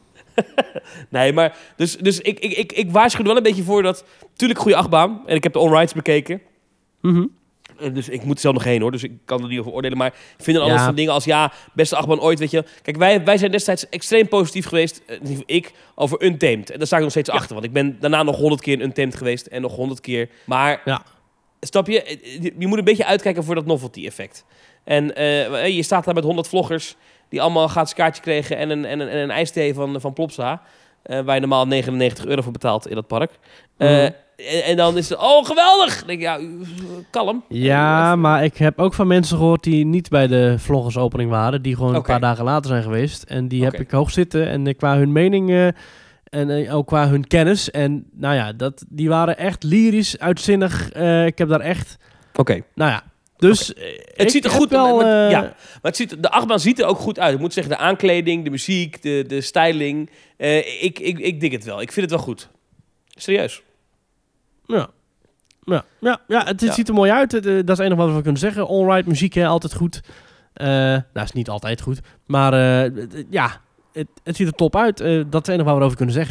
Nee, maar dus, dus ik, ik, ik, ik waarschuw er wel een beetje voor dat, natuurlijk goede achtbaan. En ik heb de on-rides bekeken. Mm-hmm. Dus ik moet er zelf nog heen hoor, dus ik kan er niet over oordelen. Maar ik vind er alles ja. van dingen als, ja, beste achtbaan ooit, weet je. Kijk, wij, wij zijn destijds extreem positief geweest, uh, ik, over Untamed. En daar sta ik nog steeds ja. achter, want ik ben daarna nog honderd keer in Untamed geweest en nog honderd keer. Maar, ja. snap je, je moet een beetje uitkijken voor dat novelty effect. En uh, je staat daar met honderd vloggers die allemaal een gratis kaartje kregen en een, en een, en een ijsthee van, van Plopsa. Uh, waar je normaal negenennegentig euro voor betaalt in dat park. Uh, mm. En, en dan is het, oh geweldig! Dan denk ik, ja, kalm. Ja, maar ik heb ook van mensen gehoord die niet bij de vloggersopening waren. Die gewoon okay. een paar dagen later zijn geweest. En die okay. heb ik hoog zitten. En uh, qua hun mening uh, en uh, ook qua hun kennis. En nou ja, dat, die waren echt lyrisch, uitzinnig. Uh, ik heb daar echt... Oké. Okay. Nou ja, dus... Okay. Uh, het ziet er goed uit. Uh, ja, maar het ziet, de achtbaan ziet er ook goed uit. Ik moet zeggen, de aankleding, de muziek, de, de styling. Uh, ik, ik, ik dik het wel. Ik vind het wel goed. Serieus. Ja. Ja, ja, ja het, het ja. ziet er mooi uit. Het, uh, dat is het enige wat we kunnen zeggen. All-right, muziek, hè, altijd goed. Uh, nou, is niet altijd goed. Maar uh, ja, het, het ziet er top uit. Uh, dat is het enige wat we erover kunnen zeggen.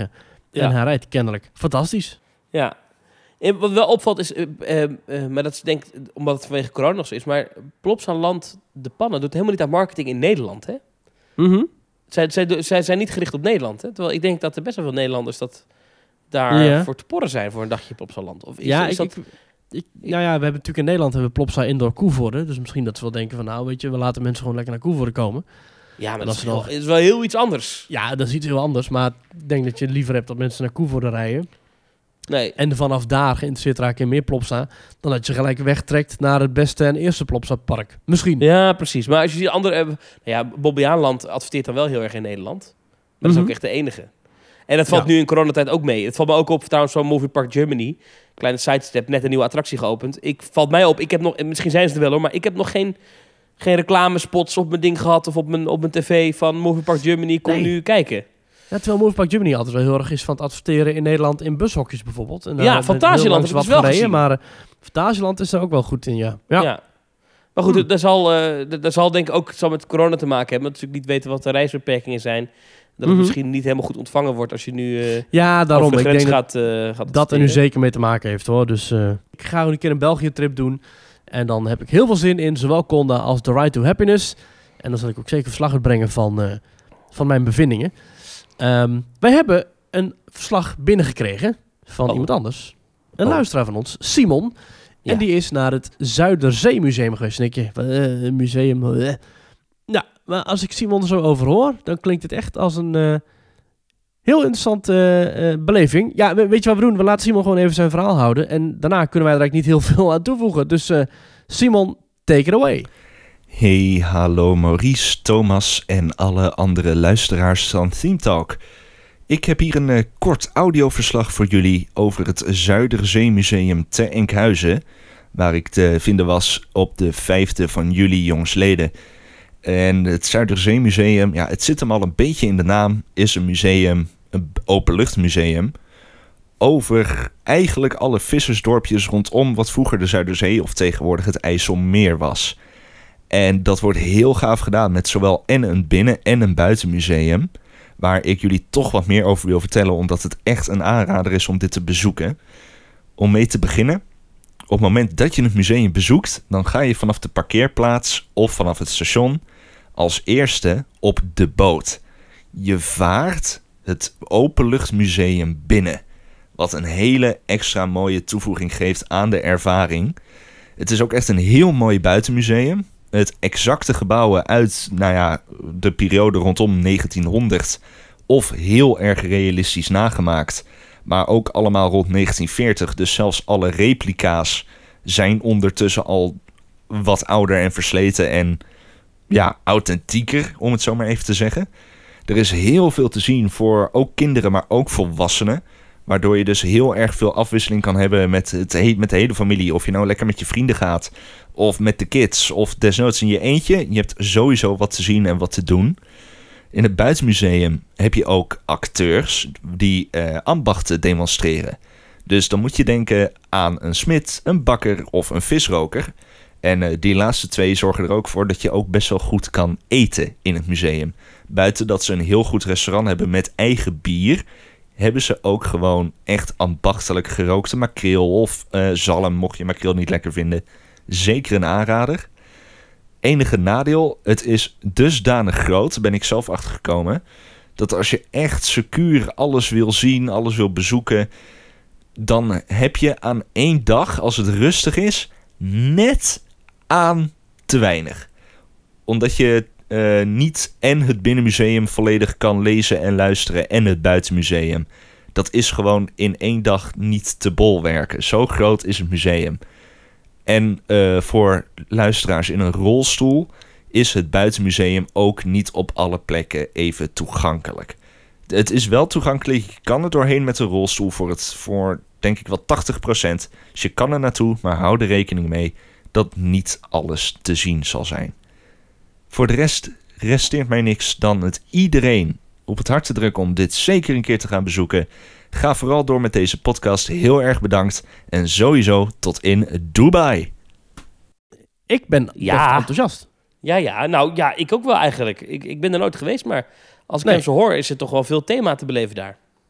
En Ja. hij rijdt kennelijk fantastisch. Ja. En wat wel opvalt is, uh, uh, uh, maar dat is denk ik omdat het vanwege corona nog zo is, maar Plopsa Land de Pannen doet helemaal niet aan marketing in Nederland, hè? Mm-hmm. Zij, zij, zij zijn niet gericht op Nederland, hè? Terwijl ik denk dat er best wel veel Nederlanders dat daar Ja. voor te porren zijn voor een dagje Plopsa Land. Of is, Ja, is ik, dat... ik, ik, nou ja, we hebben natuurlijk in Nederland hebben we Plopsa Indoor Koevoorde. Dus misschien dat ze wel denken van, nou weet je, we laten mensen gewoon lekker naar Koevoorde komen. Ja, maar En dat als is ze wel, dan- is wel heel iets anders. Ja, dat is iets heel anders. Maar ik denk dat je liever hebt dat mensen naar Koevoorde rijden. Nee. En vanaf daar geïnteresseerd raken in meer Plopsa. Dan dat je gelijk wegtrekt naar het beste en eerste Plopsa park. Misschien. Ja, precies. Maar als je die andere... Nou ja, Bobbejaanland adverteert dan wel heel erg in Nederland. Maar dat is Mhm. ook echt de enige. En dat valt Ja. nu in coronatijd ook mee. Het valt me ook op trouwens van Movie Park Germany. Kleine sidestep, net een nieuwe attractie geopend. Ik valt mij op, ik heb nog... Misschien zijn ze er wel hoor, maar ik heb nog geen... Geen reclamespots op mijn ding gehad of op mijn, op mijn tv van Movie Park Germany. Kom Nee. nu kijken. Ja, terwijl Movie Park Germany altijd wel heel erg is van het adverteren in Nederland in bushokjes bijvoorbeeld. En daar Ja, hebben we Fantasieland heel heb ik langs dus wel gereden, gezien. Maar uh, Fantasieland is er ook wel goed in, ja. Ja. Ja. Maar goed, Hmm. dat zal, uh, dat, dat zal denk ik ook het zal met corona te maken hebben. Want we natuurlijk niet weten wat de reisbeperkingen zijn. Dat het Mhm. misschien niet helemaal goed ontvangen wordt als je nu uh, Ja, daarom. over de Ik grens denk dat gaat, uh, gaat dat er nu adverteren. zeker mee te maken heeft, hoor. Dus uh, ik ga gewoon een keer een België-trip doen. En dan heb ik heel veel zin in zowel Conda als The Ride to Happiness. En dan zal ik ook zeker verslag uitbrengen van, uh, van mijn bevindingen. Um, wij hebben een verslag binnengekregen van Oh. iemand anders. Een Oh. luisteraar van ons, Simon. Ja. En die is naar het Zuiderzeemuseum geweest. En ik denk, uh, een museum. Uh. Nou, maar als ik Simon er zo over hoor, dan klinkt het echt als een uh, heel interessante uh, uh, beleving. Ja, we, weet je wat we doen? We laten Simon gewoon even zijn verhaal houden. En daarna kunnen wij er eigenlijk niet heel veel aan toevoegen. Dus uh, Simon, take it away. Hey, hallo Maurice, Thomas en alle andere luisteraars van Theme Talk. Ik heb hier een uh, kort audioverslag voor jullie over het Zuiderzeemuseum te Enkhuizen, waar ik te vinden was op de vijfde van juli jongsleden. En het Zuiderzeemuseum, ja, het zit hem al een beetje in de naam, is een museum, een openluchtmuseum, over eigenlijk alle vissersdorpjes rondom wat vroeger de Zuiderzee of tegenwoordig het IJsselmeer was. En dat wordt heel gaaf gedaan met zowel en een binnen- en een buitenmuseum, waar ik jullie toch wat meer over wil vertellen, omdat het echt een aanrader is om dit te bezoeken. Om mee te beginnen, op het moment dat je het museum bezoekt, dan ga je vanaf de parkeerplaats of vanaf het station als eerste op de boot. Je vaart het openluchtmuseum binnen, wat een hele extra mooie toevoeging geeft aan de ervaring. Het is ook echt een heel mooi buitenmuseum. Het exacte gebouwen uit, nou ja, de periode rondom negentienhonderd of heel erg realistisch nagemaakt, maar ook allemaal rond negentien veertig. Dus zelfs alle replica's zijn ondertussen al wat ouder en versleten en ja, authentieker, om het zo maar even te zeggen. Er is heel veel te zien voor ook kinderen, maar ook volwassenen. Waardoor je dus heel erg veel afwisseling kan hebben met, het, met de hele familie. Of je nou lekker met je vrienden gaat, of met de kids, of desnoods in je eentje. Je hebt sowieso wat te zien en wat te doen. In het buitenmuseum heb je ook acteurs die uh, ambachten demonstreren. Dus dan moet je denken aan een smid, een bakker of een visroker. En uh, die laatste twee zorgen er ook voor dat je ook best wel goed kan eten in het museum. Buiten dat ze een heel goed restaurant hebben met eigen bier, hebben ze ook gewoon echt ambachtelijk gerookte makreel of uh, zalm, mocht je makreel niet lekker vinden. Zeker een aanrader. Enige nadeel, het is dusdanig groot, ben ik zelf achtergekomen, dat als je echt secuur alles wil zien, alles wil bezoeken, dan heb je aan één dag, als het rustig is, net aan te weinig. Omdat je uh, niet en het binnenmuseum volledig kan lezen en luisteren en het buitenmuseum. Dat is gewoon in één dag niet te bolwerken. Zo groot is het museum. En uh, voor luisteraars in een rolstoel is het buitenmuseum ook niet op alle plekken even toegankelijk. Het is wel toegankelijk, je kan er doorheen met een rolstoel voor, het, voor denk ik wel tachtig procent. Dus je kan er naartoe, maar hou er rekening mee dat niet alles te zien zal zijn. Voor de rest resteert mij niks dan het iedereen op het hart te drukken om dit zeker een keer te gaan bezoeken. Ga vooral door met deze podcast. Heel erg bedankt. En sowieso tot in Dubai. Ik ben Ja. echt enthousiast. Ja, ja, nou ja, ik ook wel eigenlijk. Ik, ik ben er nooit geweest, maar als ik Nee. hem zo hoor, is er toch wel veel thema te beleven daar.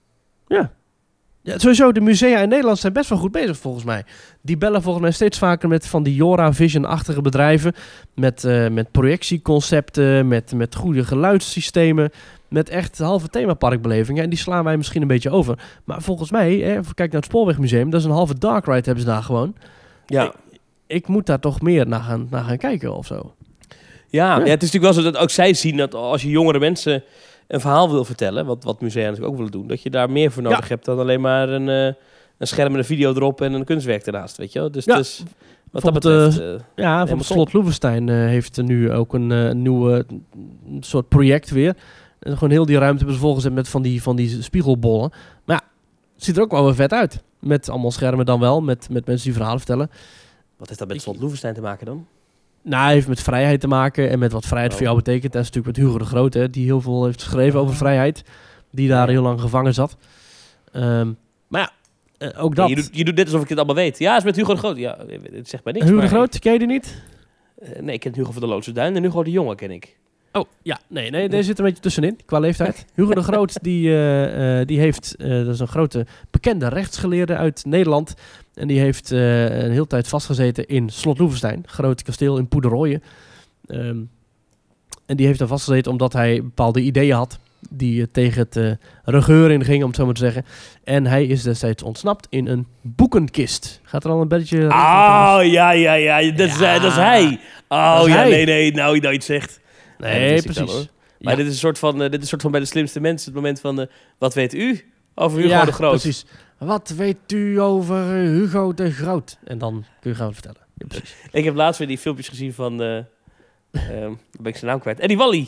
Ja. Ja, sowieso, de musea in Nederland zijn best wel goed bezig volgens mij. Die bellen volgens mij steeds vaker met van die Jora Vision-achtige bedrijven. Met, uh, met projectieconcepten, met, met goede geluidssystemen. Met echt halve themaparkbelevingen. En die slaan wij misschien een beetje over. Maar volgens mij, hè, kijk naar het Spoorwegmuseum. Dat is een halve dark ride hebben ze daar gewoon. Ja. Ik, ik moet daar toch meer naar gaan, naar gaan kijken of zo. Ja, ja. ja, het is natuurlijk wel zo dat ook zij zien dat als je jongere mensen een verhaal wil vertellen, wat, wat musea natuurlijk ook willen doen, dat je daar meer voor nodig ja. hebt dan alleen maar een, uh, een scherm met een video erop en een kunstwerk ernaast, weet je wel. Dus, ja. dus wat dat betreft... Uh, uh, ja, bijvoorbeeld Slot Loevestein uh, heeft nu ook een uh, nieuwe uh, soort project weer. En gewoon heel die ruimte hebben ze volgezet met van die, van die spiegelbollen. Maar ja, het ziet er ook wel weer vet uit. Met allemaal schermen dan wel, met, met mensen die verhalen vertellen. Wat heeft dat met Slot Loevestein te maken dan? Nou, hij heeft met vrijheid te maken en met wat vrijheid oh. voor jou betekent. Dat is natuurlijk met Hugo de Groot, hè, die heel veel heeft geschreven over vrijheid. Die daar heel lang gevangen zat. Um, maar ja, uh, ook dat. Ja, je, doet, je doet dit alsof ik dit allemaal weet. Ja, het is met Hugo de Groot. Ja, het zegt mij niks. Hugo maar de Groot, ken je die niet? Uh, nee, ik ken Hugo van de Loodse Duin en Hugo de Jonge ken ik. Oh, ja. Nee, nee, daar zit een beetje tussenin, qua leeftijd. Hugo de Groot, die, uh, uh, die heeft... Uh, dat is een grote bekende rechtsgeleerde uit Nederland. En die heeft uh, een hele tijd vastgezeten in Slot Loevestein. Groot kasteel in Poederooien. Um, en die heeft daar vastgezeten omdat hij bepaalde ideeën had... die uh, tegen het uh, regeur ingingen, om het zo maar te zeggen. En hij is destijds ontsnapt in een boekenkist. Gaat er al een beetje... Oh, ja, ja, ja. Dat, ja. Is, dat is hij. Oh, dat is ja, hij. nee, nee. Nou, je nou iets zegt. Nee, nee precies. Wel, maar ja. dit, is een soort van, uh, dit is een soort van bij de slimste mensen. Het moment van, uh, wat weet u over Hugo ja, de Groot? Precies. Wat weet u over Hugo de Groot? En dan kun je gaan vertellen. Ja, precies. Ik heb laatst weer die filmpjes gezien van... Uh, um, ben ik zijn naam kwijt. Eddie Wally.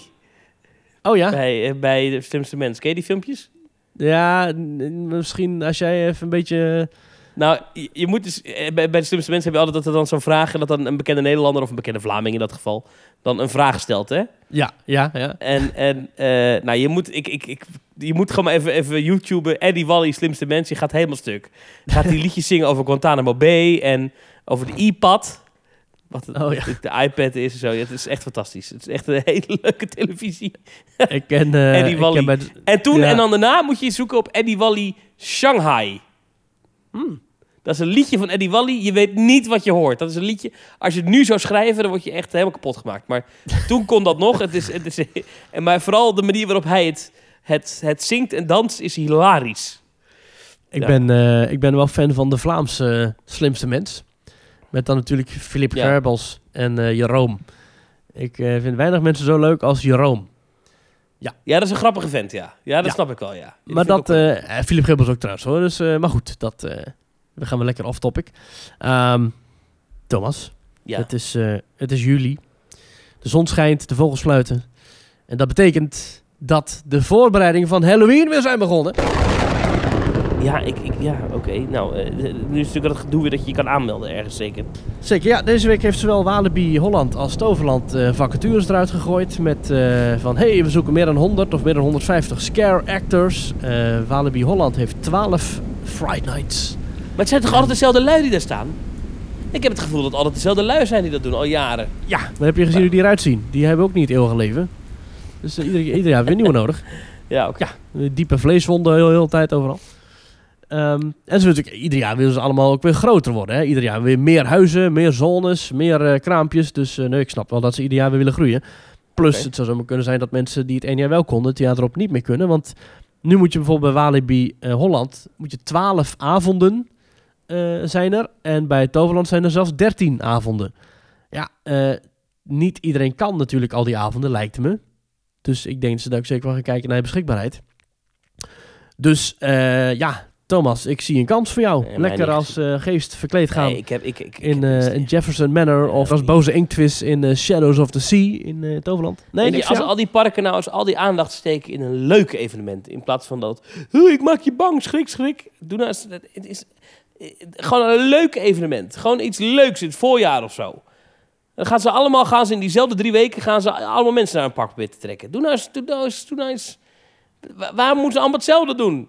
Oh ja? Bij, uh, bij de slimste mens. Ken je die filmpjes? Ja, n- misschien als jij even een beetje... Nou, je, je moet dus... Bij, bij de slimste mensen heb je altijd dat er dan zo'n vraag... dat dan een bekende Nederlander of een bekende Vlaming in dat geval... dan een vraag stelt, hè? Ja, ja, ja. En, en uh, nou, je moet, ik, ik, ik, je moet gewoon maar even, even YouTuben. Eddie Wally, slimste mens. Je gaat helemaal stuk. Gaat die liedjes zingen over Guantanamo Bay en over de iPad. Wat het, oh, ja. de iPad is en zo. Ja, het is echt fantastisch. Het is echt een hele leuke televisie. Ik ken uh, Eddie Wally. Ik ken bij... En toen ja. en dan daarna moet je zoeken op Eddie Wally Shanghai. Hmm. Dat is een liedje van Eddie Wally. Je weet niet wat je hoort. Dat is een liedje... Als je het nu zou schrijven, dan word je echt helemaal kapot gemaakt. Maar toen kon dat nog. Het is, het is, en maar vooral de manier waarop hij het, het, het zingt en danst is hilarisch. Ik, ja. ben, uh, ik ben wel fan van de Vlaamse uh, slimste mens. Met dan natuurlijk Philippe ja. Gerbels en uh, Jeroen. Ik uh, vind weinig mensen zo leuk als Jeroen. Ja. ja, dat is een grappige vent, ja. Ja, dat ja. snap ik wel, ja. Die maar dat... Uh, Philippe Gerbels ook trouwens, hoor. Dus, uh, maar goed, dat... Uh, we gaan wel lekker off-topic. Um, Thomas, ja. het, is, uh, het is juli. De zon schijnt, de vogels fluiten. En dat betekent dat de voorbereidingen van Halloween weer zijn begonnen. Ja, ik, ik, ja oké. Okay. Nou, uh, nu is natuurlijk dat gedoe weer dat je je kan aanmelden ergens, zeker. Zeker, ja. Deze week heeft zowel Walibi Holland als Toverland uh, vacatures eruit gegooid. Met uh, van, hey, we zoeken meer dan honderd of meer dan honderdvijftig scare actors. Uh, Walibi Holland heeft twaalf Fright Nights. Maar het zijn toch altijd dezelfde lui die daar staan? Ik heb het gevoel dat het altijd dezelfde lui zijn die dat doen, al jaren. Ja, maar heb je gezien hoe die eruit zien? Die hebben ook niet het eeuwige leven. Dus uh, ieder, ieder jaar weer nieuwe nodig. Ja, oké. Okay. Ja, diepe vleeswonden heel, heel de tijd overal. Um, en ze natuurlijk, ieder jaar willen ze allemaal ook weer groter worden. Hè? Ieder jaar weer meer huizen, meer zones, meer uh, kraampjes. Dus uh, nee, ik snap wel dat ze ieder jaar weer willen groeien. Plus, okay. Het zou zomaar kunnen zijn dat mensen die het één jaar wel konden, het jaar erop niet meer kunnen. Want nu moet je bijvoorbeeld bij Walibi uh, Holland, moet je twaalf avonden uh, zijn er. En bij Toverland zijn er zelfs dertien avonden. Ja, uh, niet iedereen kan natuurlijk al die avonden, lijkt me. Dus ik denk dat ze daar ook zeker wel gaan kijken naar je beschikbaarheid. Dus uh, ja, Thomas, ik zie een kans voor jou. Nee, lekker als uh, geest verkleed gaan nee, ik heb, ik, ik, in, ik uh, in Jefferson Manor. Ja, of als boze inktvis in uh, Shadows of the Sea in uh, Toverland. Nee, je, als al die parken nou eens al die aandacht steken in een leuk evenement. In plaats van dat, oh, ik maak je bang, schrik, schrik. Doe nou eens, het is gewoon een leuk evenement. Gewoon iets leuks in het voorjaar of zo. Dan gaan ze allemaal, gaan ze in diezelfde drie weken, gaan ze allemaal mensen naar een park proberen te trekken. Doe nou eens, doe nou eens, doe nou eens. Waarom moeten ze allemaal hetzelfde doen?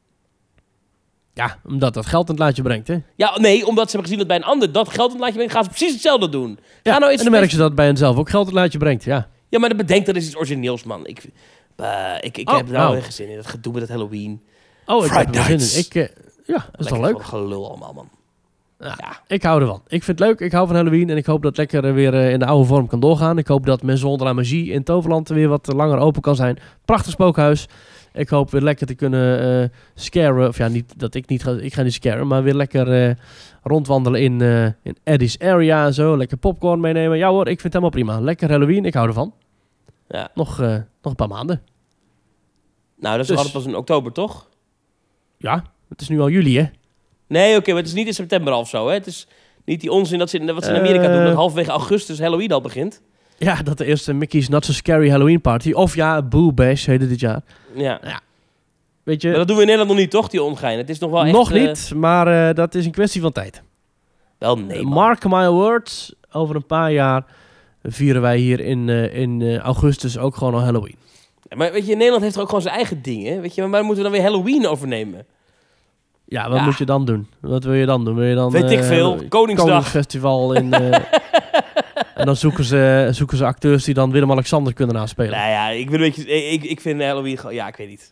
Ja, omdat dat geld in het laadje brengt, hè? Ja, nee, omdat ze hebben gezien dat bij een ander dat geld in het laadje brengt, gaan ze precies hetzelfde doen. Ja, Ga nou eens en dan merk je dat bij henzelf ook geld in het laadje brengt, ja. Ja, maar dat bedenkt, dat is iets origineels, man. Ik, uh, ik, ik oh, heb nou wow. echt gezin in dat gedoe met het Halloween. Oh, ik Friday heb er wel nights. zin in. Ik, uh, ja, dat is toch Lekker leuk? gelul allemaal, man. Ja, Ja. Ik hou ervan. Ik vind het leuk. Ik hou van Halloween. En ik hoop dat het lekker uh, weer uh, in de oude vorm kan doorgaan. Ik hoop dat Maison de la Magie in Toverland weer wat langer open kan zijn. Prachtig spookhuis. Ik hoop weer lekker te kunnen uh, scaren. Of ja, niet dat ik niet ga. Ik ga niet scaren. Maar weer lekker uh, rondwandelen in, uh, in Eddie's area en zo. Lekker popcorn meenemen. Ja hoor, ik vind het helemaal prima. Lekker Halloween. Ik hou ervan. Ja. Nog, uh, nog een paar maanden. Nou, dat is Dus- altijd pas in oktober, toch? Ja, het is nu al juli, hè? Nee, oké, okay, maar het is niet in september of zo, hè? Het is niet die onzin dat ze in, wat ze in Amerika Uh, doen, dat halverwege augustus Halloween al begint. Ja, dat de eerste Mickey's Not So Scary Halloween Party. Of ja, Boo Bash heette dit jaar. Ja. Weet je, Maar dat doen we in Nederland nog niet, toch, die ongein? Het is nog wel echt... nog eh, niet, maar uh, dat is een kwestie van tijd. Wel nee, man. Mark my words, over een paar jaar vieren wij hier in, uh, in uh, augustus ook gewoon al Halloween. Maar weet je, Nederland heeft er ook gewoon zijn eigen dingen, weet je? Maar waar moeten we dan weer Halloween overnemen? Ja, wat Ja. moet je dan doen? Wat wil je dan doen? Wil je dan, Weet ik uh, veel. Koningsdag. Koningsfestival in... Uh, en dan zoeken ze, zoeken ze acteurs die dan Willem-Alexander kunnen naspelen. Nou ja, ik ben een beetje... Ik, ik vind Halloween gewoon... Ja, ik weet niet.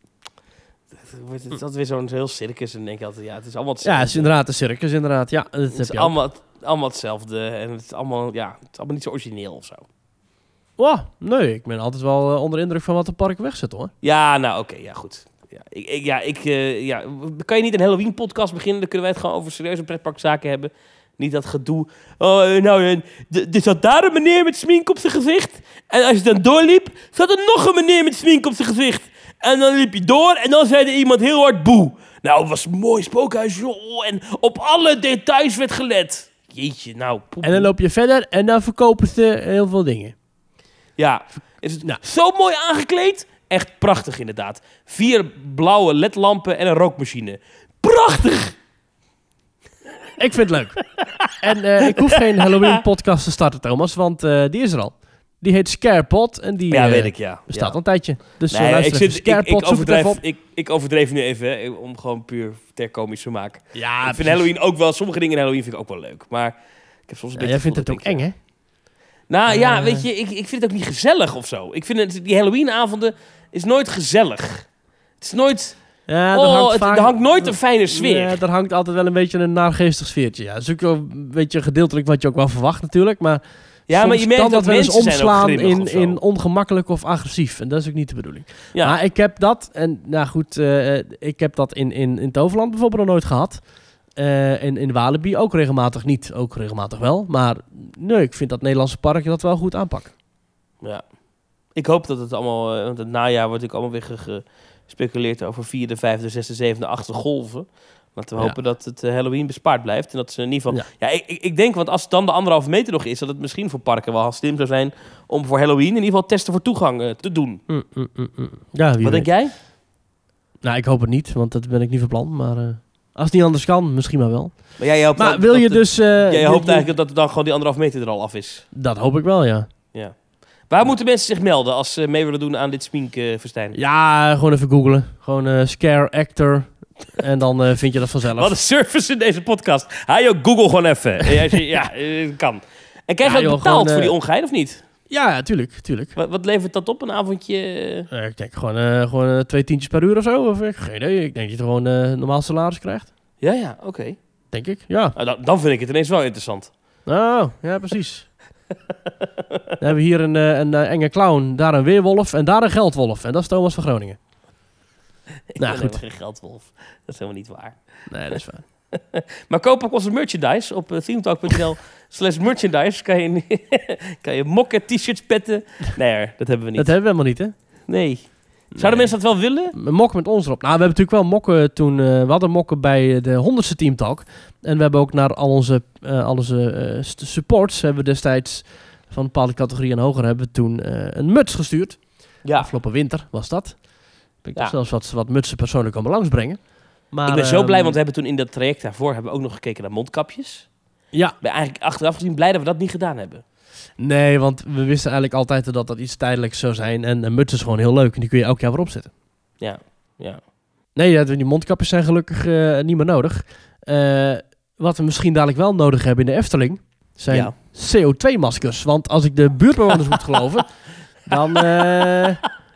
Het is altijd weer zo'n heel circus en dan denk je altijd... Ja, het is allemaal Ja, hetzelfde. het is inderdaad een circus, inderdaad. Ja, dat Het heb is je ook. allemaal, allemaal hetzelfde. En het is allemaal... Ja, het is allemaal niet zo origineel of zo. Oh, nee, ik ben altijd wel uh, onder indruk van wat de parken wegzetten, hoor. Ja, nou oké, ja goed. Ja, ik, ik, ja, ik, uh, ja, kan je niet een Halloween podcast beginnen? Dan kunnen wij het gewoon over serieuze pretparkzaken hebben. Niet dat gedoe. Oh, uh, nou, uh, d- er zat daar een meneer met smink op zijn gezicht. En als je dan doorliep, zat er nog een meneer met smink op zijn gezicht. En dan liep je door en dan zei er iemand heel hard boe. Nou, het was een mooi spookhuis, joh. En op alle details werd gelet. Jeetje, nou. Poep. En dan loop je verder en dan verkopen ze heel veel dingen. Ja, is het Nou. zo mooi aangekleed? Echt prachtig inderdaad. Vier blauwe ledlampen en een rookmachine. Prachtig! Ik vind het leuk. En uh, ik hoef geen Halloween-podcast te starten, Thomas, want uh, die is er al. Die heet Scarepot en die Ja, uh, weet ik, ja. bestaat ja. al een tijdje. Dus uh, Nee, luister ik, even. zit, ik, Scarepot, ik, zoek het even overdrijf, op. ik, ik overdreef nu even, hè, om gewoon puur ter komische smaak. Ja, ik vind precies. Halloween ook wel, sommige dingen in Halloween vind ik ook wel leuk. Maar ik heb soms een Ja, beetje... jij vindt gevoel het ook dat eng, ik, hè? Nou ja, Eh. weet je, ik, ik vind het ook niet gezellig of zo. Ik vind het, die Halloweenavonden is nooit gezellig. Het is nooit... Ja, er oh, hangt het, vaak- er hangt nooit een fijne sfeer. Ja, er hangt altijd wel een beetje een naargeestig sfeertje. Ja, dat is ook wel een beetje gedeeltelijk wat je ook wel verwacht natuurlijk. Maar Ja, soms maar je merkt kan dat dat wel eens mensen zijn ook omslaan grimmig in, of zo. in ongemakkelijk of agressief. En dat is ook niet de bedoeling. Ja. Maar ik heb dat, en nou goed, uh, ik heb dat in, in, in Toverland bijvoorbeeld nog nooit gehad. Uh, in, in Walibi ook regelmatig niet. Ook regelmatig wel. Maar nee, ik vind dat Nederlandse parken dat wel goed aanpakken. Ja. Ik hoop dat het allemaal... eh, Want het najaar wordt natuurlijk allemaal weer ge- gespeculeerd over vierde, vijfde, zesde, zevende, achtste golven. Laten we Ja. hopen dat het eh, Halloween bespaard blijft. En dat ze in ieder geval... Ja. Ja, ik, ik ik denk, want als het dan de anderhalve meter nog is... dat het misschien voor parken wel slim zou zijn... om voor Halloween in ieder geval testen voor toegang eh, te doen. Mm, mm, mm, mm. Ja, wie Wat weet. denk jij? Nou, ik hoop het niet, want dat ben ik niet van plan. Maar uh, als het niet anders kan, misschien maar wel. Maar jij hoopt, Maar dat- wil dat je het- dus... Uh, jij je- hoopt je- eigenlijk dat dan gewoon die anderhalve meter er al af is. Dat hoop ik wel, ja. Ja. Waar moeten mensen zich melden als ze mee willen doen aan dit sminkfestijn? Ja, gewoon even googlen. Gewoon uh, scare actor. En dan uh, vind je dat vanzelf. Wat een service in deze podcast. Haal je ook Google gewoon even. Ja, als je- ja, eh, kan. En krijg je Ja, ook joh, betaald gewoon, voor eh, die ongein of niet? Ja, ja, tuurlijk, tuurlijk. Wat, wat levert dat op, een avondje? Uh, ik denk gewoon, uh, gewoon uh, twee tientjes per uur of zo. Of, uh, geen idee. Ik denk dat je gewoon uh, normaal salaris krijgt. Ja, ja, oké. Denk ik, ja. Nou, dan, dan vind ik het ineens wel interessant. Oh, ja, precies. Dan hebben we hier een, uh, een uh, enge clown, daar een weerwolf en daar een geldwolf. En dat is Thomas van Groningen. Ik Nou, ben goed. helemaal geen geldwolf. Dat is helemaal niet waar. Nee, dat is waar. Maar koop ook onze merchandise op uh, themetalk punt n l slash merchandise. Kan je, kan je mokken, t-shirts, petten. Nee, hoor, dat hebben we niet. Dat hebben we helemaal niet, hè? Nee. Zouden mensen dat wel willen? Een mok met ons erop. Nou, we hebben natuurlijk wel mokken toen... Uh, we hadden mokken bij de honderdste Teamtalk. En we hebben ook naar al onze, uh, al onze uh, st- supports... hebben we destijds van een bepaalde categorie en hoger... hebben we toen uh, een muts gestuurd. Ja. Afgelopen winter was dat. Ben ik Ja. toch zelfs wat, wat mutsen persoonlijk komen langsbrengen. Maar, Ik ben zo ehm, blij, want we hebben toen in dat traject daarvoor... hebben we ook nog gekeken naar mondkapjes. Ja, Ik ben eigenlijk achteraf gezien blij dat we dat niet gedaan hebben. nee, want we wisten eigenlijk altijd dat dat iets tijdelijks zou zijn. En een muts is gewoon heel leuk. En die kun je elk jaar weer opzetten. Ja, ja. Nee, ja, die mondkapjes zijn gelukkig uh, niet meer nodig. Uh, wat we misschien dadelijk wel nodig hebben in de Efteling... zijn Ja. C O twee maskers. Want als ik de buurtbewoners moet geloven... dan, uh,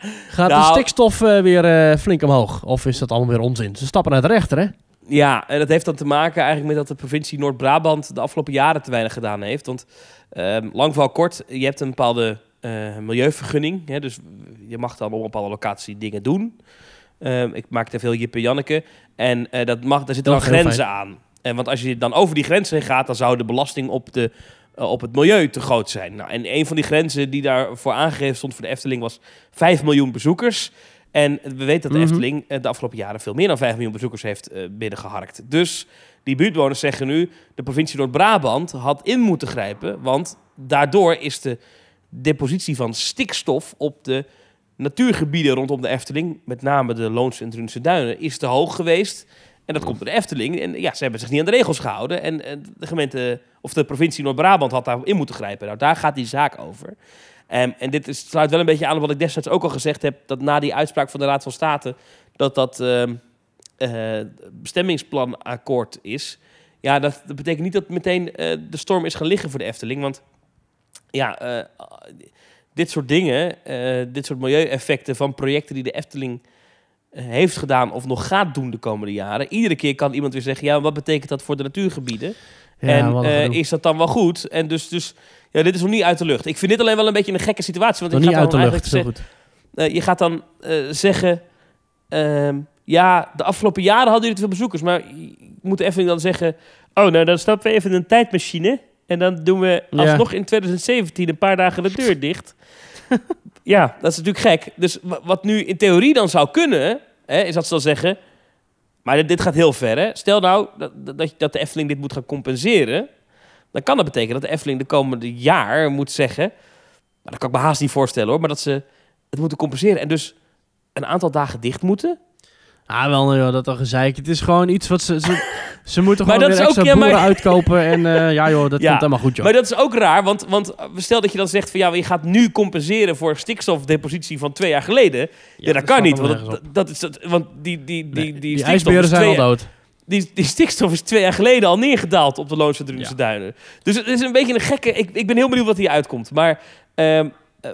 Gaat Nou, de stikstof uh, weer uh, flink omhoog? Of is dat allemaal weer onzin? Ze stappen naar de rechter, hè? Ja, en dat heeft dan te maken eigenlijk met dat de provincie Noord-Brabant de afgelopen jaren te weinig gedaan heeft. Want uh, lang vooral kort, je hebt een bepaalde uh, milieuvergunning. Hè, dus je mag dan op een bepaalde locatie dingen doen. Uh, ik maak te veel Jip en Janneke. En uh, dat mag, daar zitten dan grenzen aan. En want als je dan over die grenzen heen gaat, dan zou de belasting op, de, uh, op het milieu te groot zijn. Nou, en een van die grenzen die daarvoor aangegeven stond voor de Efteling was vijf miljoen bezoekers. En we weten dat de mm-hmm. Efteling uh, de afgelopen jaren veel meer dan vijf miljoen bezoekers heeft uh, binnengeharkt. Dus die buurtbewoners zeggen nu, de provincie Noord-Brabant had in moeten grijpen, want daardoor is de depositie van stikstof op de natuurgebieden rondom de Efteling, met name de Loonse en Drunense Duinen, is te hoog geweest. En dat komt door de Efteling. En ja, ze hebben zich niet aan de regels gehouden. En, en de gemeente, of de provincie Noord-Brabant had daar in moeten grijpen. Nou, daar gaat die zaak over. Um, en dit is, sluit wel een beetje aan wat ik destijds ook al gezegd heb, dat na die uitspraak van de Raad van State, dat dat uh, uh, bestemmingsplanakkoord is. Ja, dat, dat betekent niet dat meteen uh, de storm is gaan liggen voor de Efteling. Want ja, uh, dit soort dingen, uh, dit soort milieueffecten van projecten die de Efteling uh, heeft gedaan of nog gaat doen de komende jaren. Iedere keer kan iemand weer zeggen, ja, wat betekent dat voor de natuurgebieden? Ja, en uh, is dat dan wel goed? En dus, dus ja, dit is nog niet uit de lucht. Ik vind dit alleen wel een beetje een gekke situatie. Want nog ik niet ga dan uit de lucht, zeg, zo goed. Uh, je gaat dan uh, zeggen, uh, ja, de afgelopen jaren hadden jullie te veel bezoekers. Maar je moet de Efteling dan zeggen, oh, nou, dan stappen we even in een tijdmachine. En dan doen we alsnog ja. in twintig zeventien een paar dagen de deur dicht. Ja, dat is natuurlijk gek. Dus w- wat nu in theorie dan zou kunnen, hè, is dat ze dan zeggen, maar dit, dit gaat heel ver, hè. Stel nou dat, dat, dat de Efteling dit moet gaan compenseren, dan kan dat betekenen dat de Efteling de komende jaar moet zeggen, maar dat kan ik me haast niet voorstellen hoor, maar dat ze het moeten compenseren en dus een aantal dagen dicht moeten. Ah, wel, joh, dat al gezeik. Het is gewoon iets wat ze... Ze, ze moeten maar gewoon weer ook, extra ja, boeren maar... uitkopen. En uh, ja, joh, dat ja, komt helemaal goed, joh. Maar dat is ook raar, want, want stel dat je dan zegt van ja, je gaat nu compenseren voor stikstofdepositie van twee jaar geleden. Ja, ja dat, dat kan niet, want, dat, dat is, dat, want die, die, die, nee, die, die ijsberen zijn al dood. Die, die stikstof is twee jaar geleden al neergedaald op de Loonse en Drunense ja. Duinen. Dus het is een beetje een gekke... Ik, ik ben heel benieuwd wat hier uitkomt. Maar... Um, uh,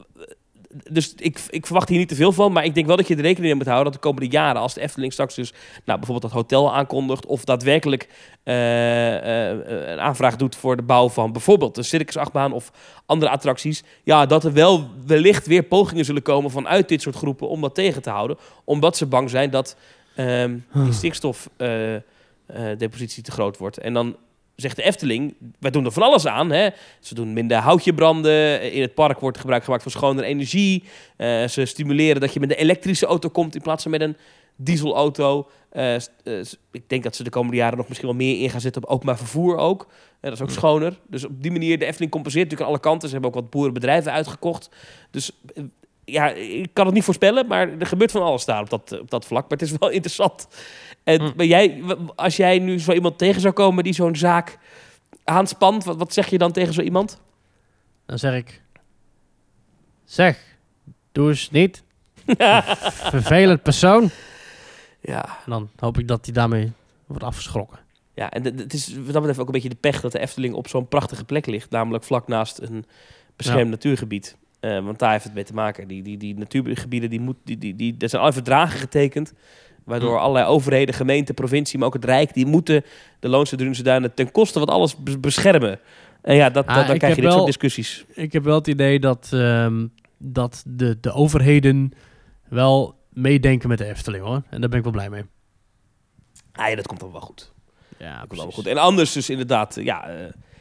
Dus ik, ik verwacht hier niet te veel van, maar ik denk wel dat je er rekening mee moet houden dat de komende jaren, als de Efteling straks dus nou, bijvoorbeeld dat hotel aankondigt of daadwerkelijk uh, uh, een aanvraag doet voor de bouw van bijvoorbeeld een circusachtbaan of andere attracties, ja, dat er wel wellicht weer pogingen zullen komen vanuit dit soort groepen om dat tegen te houden, omdat ze bang zijn dat um, die stikstofdepositie uh, uh, te groot wordt. En dan zegt de Efteling, wij doen er van alles aan. Hè. Ze doen minder houtje branden. In het park wordt gebruik gemaakt van schonere energie. Uh, ze stimuleren dat je met een elektrische auto komt in plaats van met een dieselauto. Uh, uh, ik denk dat ze de komende jaren nog misschien wel meer in gaan zetten op openbaar vervoer ook. Uh, dat is ook schoner. Dus op die manier, de Efteling compenseert natuurlijk aan alle kanten. Ze hebben ook wat boerenbedrijven uitgekocht. Dus uh, ja, ik kan het niet voorspellen, maar er gebeurt van alles daar op dat, op dat vlak. Maar het is wel interessant. En mm. maar jij, als jij nu zo iemand tegen zou komen die zo'n zaak aanspant, wat, wat zeg je dan tegen zo iemand? Dan zeg ik, zeg, doe eens niet. Vervelend persoon. Ja. En dan hoop ik dat hij daarmee wordt afgeschrokken. Ja, en het is wat dat betreft ook een beetje de pech dat de Efteling op zo'n prachtige plek ligt, namelijk vlak naast een beschermd ja. natuurgebied. Uh, want daar heeft het mee te maken. Die, die, die natuurgebieden, die moet, die, die, die, er zijn alle verdragen getekend, waardoor mm. allerlei overheden, gemeenten, provincie, maar ook het Rijk, die moeten de Loonse en Drunense Duinen ten koste van alles beschermen. En ja, dat, ah, dat, dan krijg je dit wel, soort discussies. Ik heb wel het idee dat, um, dat de, de overheden wel meedenken met de Efteling, hoor. En daar ben ik wel blij mee. Ah, ja, dat komt dan wel goed. Ja, dat komt wel goed. En anders dus inderdaad, ja, uh,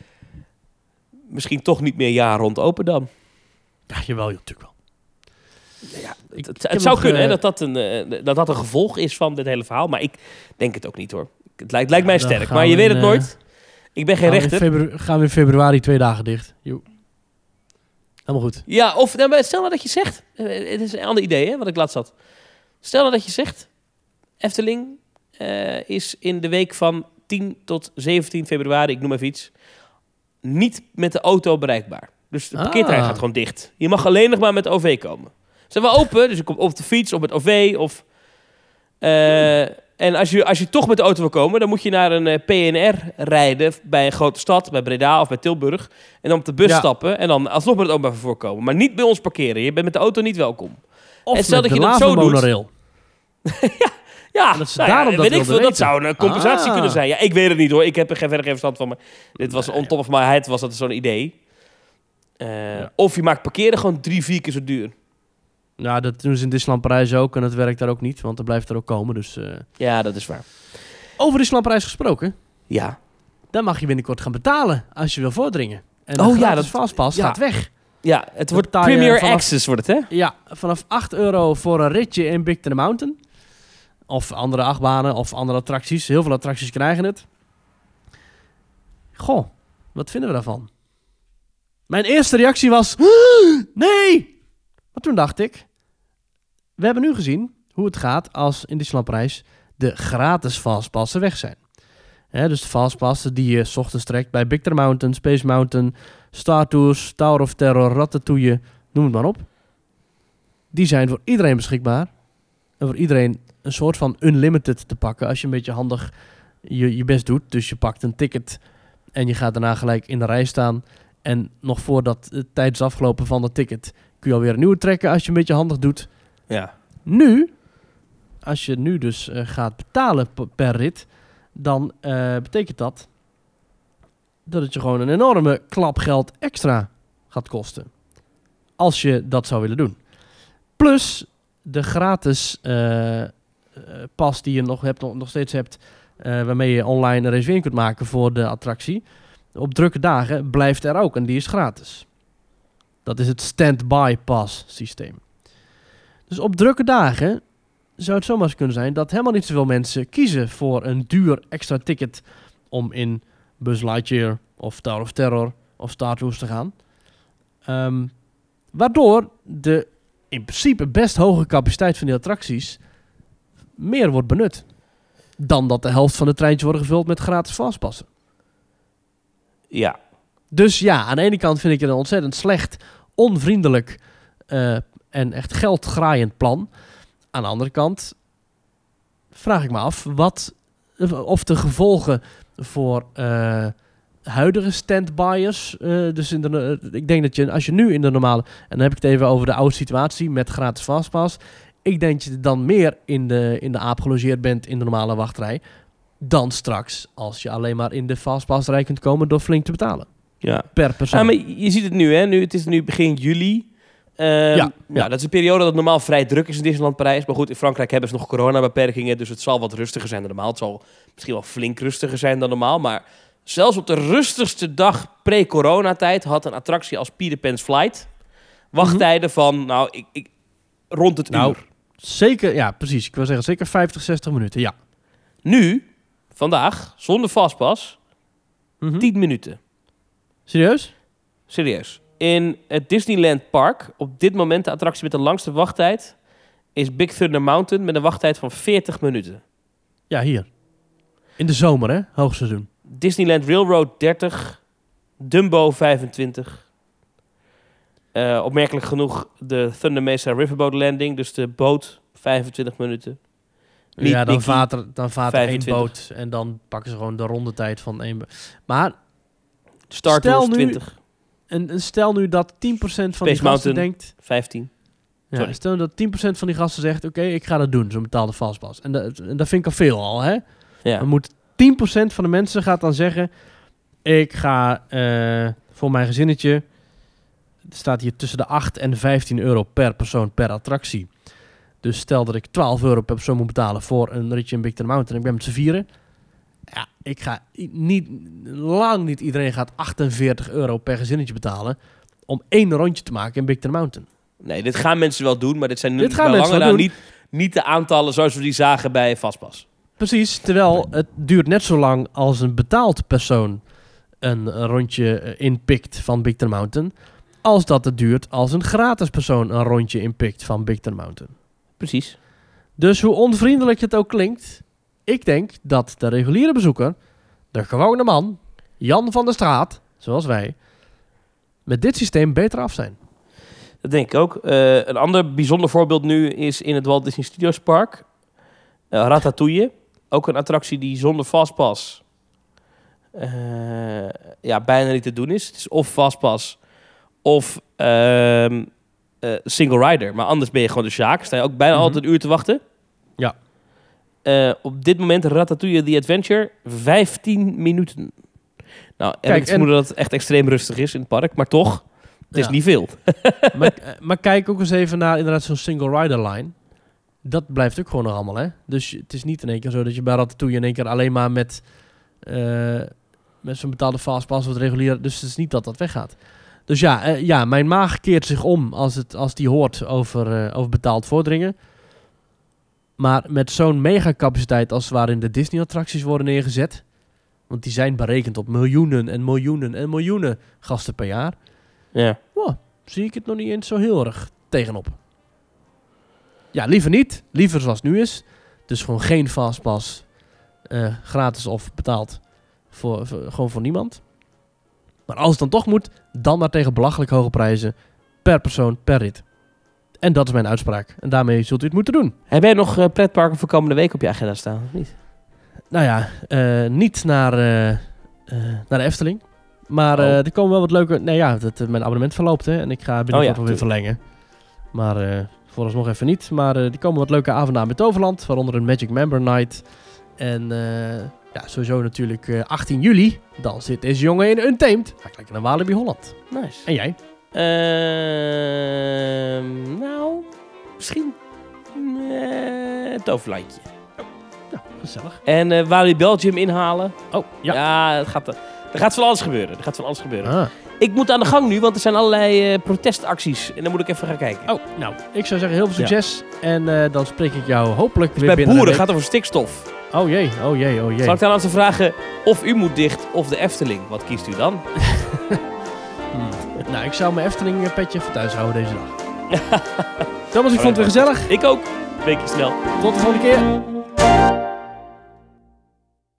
misschien toch niet meer jaar rond open dan. Ja, jawel, natuurlijk wel. Ja, het, het, het zou nog, kunnen uh, hè, dat, dat, een, uh, dat dat een gevolg is van dit hele verhaal. Maar ik denk het ook niet, hoor. Het lijkt, lijkt ja, mij sterk, maar je weet het uh, nooit. Ik ben geen rechter. Febru- gaan we in februari twee dagen dicht. Jo. Helemaal goed. Ja, of nou, stel nou dat je zegt... Uh, het is een ander idee, hè, wat ik laatst had. Stel nou dat je zegt... Efteling uh, is in de week van tien tot zeventien februari, ik noem even iets... niet met de auto bereikbaar. Dus de parkeerterrein ah. gaat gewoon dicht. Je mag alleen nog maar met O V komen. Zijn we open, dus je komt op de fiets of met O V of... Uh, en als je, als je toch met de auto wil komen, dan moet je naar een uh, P N R rijden bij een grote stad, bij Breda of bij Tilburg. En dan op de bus ja. stappen en dan alsnog met het openbaar vervoer komen. Maar niet bij ons parkeren. Je bent met de auto niet welkom. Of En stel met dat de je dat zo doet. monorail. Ja, En dat ze nou ja, daarom dat weet ik wilden veel. Dat weten. zou een compensatie Ah. kunnen zijn. Ja, ik weet het niet hoor. Ik heb er geen, verder geen verstand van. Maar dit was on top of my head was dat zo'n idee. Uh, Ja. Of je maakt parkeren gewoon drie, vier keer zo duur. Ja, dat doen ze in Disneyland Parijs ook. En dat werkt daar ook niet, want dat blijft er ook komen. Dus, uh... Ja, dat is waar. Over Disneyland Parijs gesproken. Ja. Dan mag je binnenkort gaan betalen als je wil voordringen. En de Oh, ja, gratis dat- fastpass ja. gaat weg. Ja, het wordt betaal je Premier vanaf- Access, wordt het hè? Ja, vanaf acht euro voor een ritje in Big Thunder Mountain. Of andere achtbanen of andere attracties. Heel veel attracties krijgen het. Goh, wat vinden we daarvan? Mijn eerste reactie was... Nee! Maar toen dacht ik... We hebben nu gezien hoe het gaat als in Disneyland Parijs de gratis fastpassen weg zijn. Hè, dus de fastpassen die je 's ochtends trekt bij Big Thunder Mountain, Space Mountain, Star Tours, Tower of Terror, Ratatouille, noem het maar op. Die zijn voor iedereen beschikbaar. En voor iedereen een soort van unlimited te pakken als je een beetje handig je, je best doet. Dus je pakt een ticket en je gaat daarna gelijk in de rij staan. En nog voordat de tijd is afgelopen van dat ticket kun je alweer een nieuwe trekken als je een beetje handig doet. Ja. Nu, als je nu dus uh, gaat betalen p- per rit, dan uh, betekent dat dat het je gewoon een enorme klap geld extra gaat kosten. Als je dat zou willen doen. Plus de gratis uh, uh, pas die je nog, hebt, nog, nog steeds hebt, uh, waarmee je online een reservering kunt maken voor de attractie. Op drukke dagen blijft er ook en die is gratis. Dat is het stand-by pass systeem. Dus op drukke dagen zou het zomaar eens kunnen zijn dat helemaal niet zoveel mensen kiezen voor een duur extra ticket om in Buzz Lightyear of Tower of Terror of Star Tours te gaan. Um, waardoor de in principe best hoge capaciteit van die attracties meer wordt benut dan dat de helft van de treintjes worden gevuld met gratis fastpassen. Ja. Dus ja, aan de ene kant vind ik het een ontzettend slecht, onvriendelijk uh, en echt geldgraaiend plan. Aan de andere kant vraag ik me af wat, of de gevolgen voor uh, huidige standbyers, uh, dus in de, uh, ik denk dat je, als je nu in de normale, en dan heb ik het even over de oude situatie met gratis fastpass, ik denk dat je dan meer in de, in de aap gelogeerd bent in de normale wachtrij, dan straks als je alleen maar in de fastpassrij kunt komen door flink te betalen. Ja. Per persoon. Ah, maar je ziet het nu, hè? Nu, het is nu begin juli. Um, ja, ja. Nou, dat is een periode dat normaal vrij druk is in Disneyland Parijs. Maar goed, in Frankrijk hebben ze nog coronabeperkingen, dus het zal wat rustiger zijn dan normaal. Het zal misschien wel flink rustiger zijn dan normaal. Maar zelfs op de rustigste dag pre-coronatijd had een attractie als Peter Pan's Flight wachttijden van, nou, ik, ik, rond het nou, uur. Zeker, ja, precies. Ik wil zeggen zeker vijftig, zestig minuten, ja. Nu, vandaag, zonder fastpass, Mm-hmm. tien minuten. Serieus? Serieus. In het Disneyland Park, op dit moment de attractie met de langste wachttijd, is Big Thunder Mountain met een wachttijd van veertig minuten. Ja, hier. In de zomer, hè? Hoogseizoen. Disneyland Railroad dertig, Dumbo vijfentwintig. Uh, opmerkelijk genoeg de Thunder Mesa Riverboat Landing, dus de boot vijfentwintig minuten. Niet ja, dan Mickey, vaart er, dan vaart er één vijfentwintig. boot en dan pakken ze gewoon de rondetijd van één boot. Maar Star stel Tours nu- twintig, en, en stel nu dat tien procent van Space die gasten Mountain. denkt... vijftien. Ja, Sorry. stel dat tien procent van die gasten zegt, oké, ik ga dat doen, zo'n betaalde fastpass. En, dat- en dat vind ik al veel al, hè? Ja. Dan moet tien procent van de mensen gaat dan zeggen, ik ga uh, voor mijn gezinnetje, het staat hier tussen de acht en vijftien euro per persoon per attractie. Dus stel dat ik twaalf euro per persoon moet betalen voor een ritje in Big Thunder Mountain en ik ben met z'n vieren. Ja, ik ga i- niet, lang niet iedereen gaat achtenveertig euro per gezinnetje betalen om één rondje te maken in Big Thunder Mountain. Nee, dit gaan mensen wel doen, maar dit zijn Dit gaan bij mensen lange wel na doen. niet, niet de aantallen zoals we die zagen bij Fastpass. Precies, terwijl het duurt net zo lang als een betaald persoon een rondje eh, inpikt van Big Thunder Mountain, als dat het duurt als een gratis persoon een rondje inpikt van Big Thunder Mountain. Precies. Dus hoe onvriendelijk het ook klinkt, ik denk dat de reguliere bezoeker, de gewone man, Jan van der Straat, zoals wij, met dit systeem beter af zijn. Dat denk ik ook. Uh, een ander bijzonder voorbeeld nu is in het Walt Disney Studios Park. Uh, Ratatouille. Ook een attractie die zonder Fastpass uh, ja, bijna niet te doen is. Het is of Fastpass of uh, uh, single rider. Maar anders ben je gewoon de Sjaak. Sta je ook bijna Mm-hmm. altijd een uur te wachten. Ja. Uh, op dit moment Ratatouille The Adventure vijftien minuten. Nou, en Kijk, ik vermoed en... dat het echt extreem rustig is in het park. Maar toch, het is ja. niet veel. maar, maar kijk ook eens even naar inderdaad zo'n single rider line. Dat blijft ook gewoon nog allemaal, hè? Dus het is niet in één keer zo dat je bij Ratatouille in één keer alleen maar met, uh, met zo'n betaalde fastpass of regulier. Dus het is niet dat dat weggaat. Dus ja, uh, ja mijn maag keert zich om als, het, als die hoort over, uh, over betaald voordringen. Maar met zo'n megacapaciteit als waarin de Disney-attracties worden neergezet. Want die zijn berekend op miljoenen en miljoenen en miljoenen gasten per jaar. Ja. Wow, zie ik het nog niet eens zo heel erg tegenop. Ja, liever niet. Liever zoals het nu is. Dus gewoon geen fastpass. Uh, gratis of betaald. Voor, voor, gewoon voor niemand. Maar als het dan toch moet, dan maar tegen belachelijk hoge prijzen. Per persoon, per rit. En dat is mijn uitspraak. En daarmee zult u het moeten doen. Heb jij nog uh, pretparken voor komende week op je agenda staan? Of niet? Nou ja, uh, niet naar, uh, uh, naar de Efteling. Maar uh, oh. er komen wel wat leuke... Nee ja, dat, uh, mijn abonnement verloopt, hè. En ik ga binnenkort oh, ja, wel weer verlengen. Maar uh, vooralsnog even niet. Maar uh, er komen wat leuke avonden aan met Toverland. Waaronder een Magic Member Night. En uh, ja, sowieso natuurlijk uh, achttien juli. Dan zit deze jongen in Untamed. Ga ik lekker naar Walibi Holland. Nice. En jij? Uh, nou, misschien uh, het Toverlandje. Ja, gezellig. En uh, Walibi Belgium inhalen. Oh, ja. Ja, het gaat, er gaat van alles gebeuren. Er gaat van alles gebeuren. Ah. Ik moet aan de gang nu, want er zijn allerlei uh, protestacties. En dan moet ik even gaan kijken. Oh, nou, ik zou zeggen heel veel succes. Ja. En uh, dan spreek ik jou hopelijk dus weer bij binnen. boeren gaat het over stikstof. Oh jee, oh jee, oh jee. Zal ik dan aan ze vragen of u moet dicht of de Efteling? Wat kiest u dan? hmm. Nou, ik zou mijn Efteling petje even thuis houden deze dag. Thomas, ik vond het weer gezellig. Ik ook. Een beetje snel. Tot de volgende keer.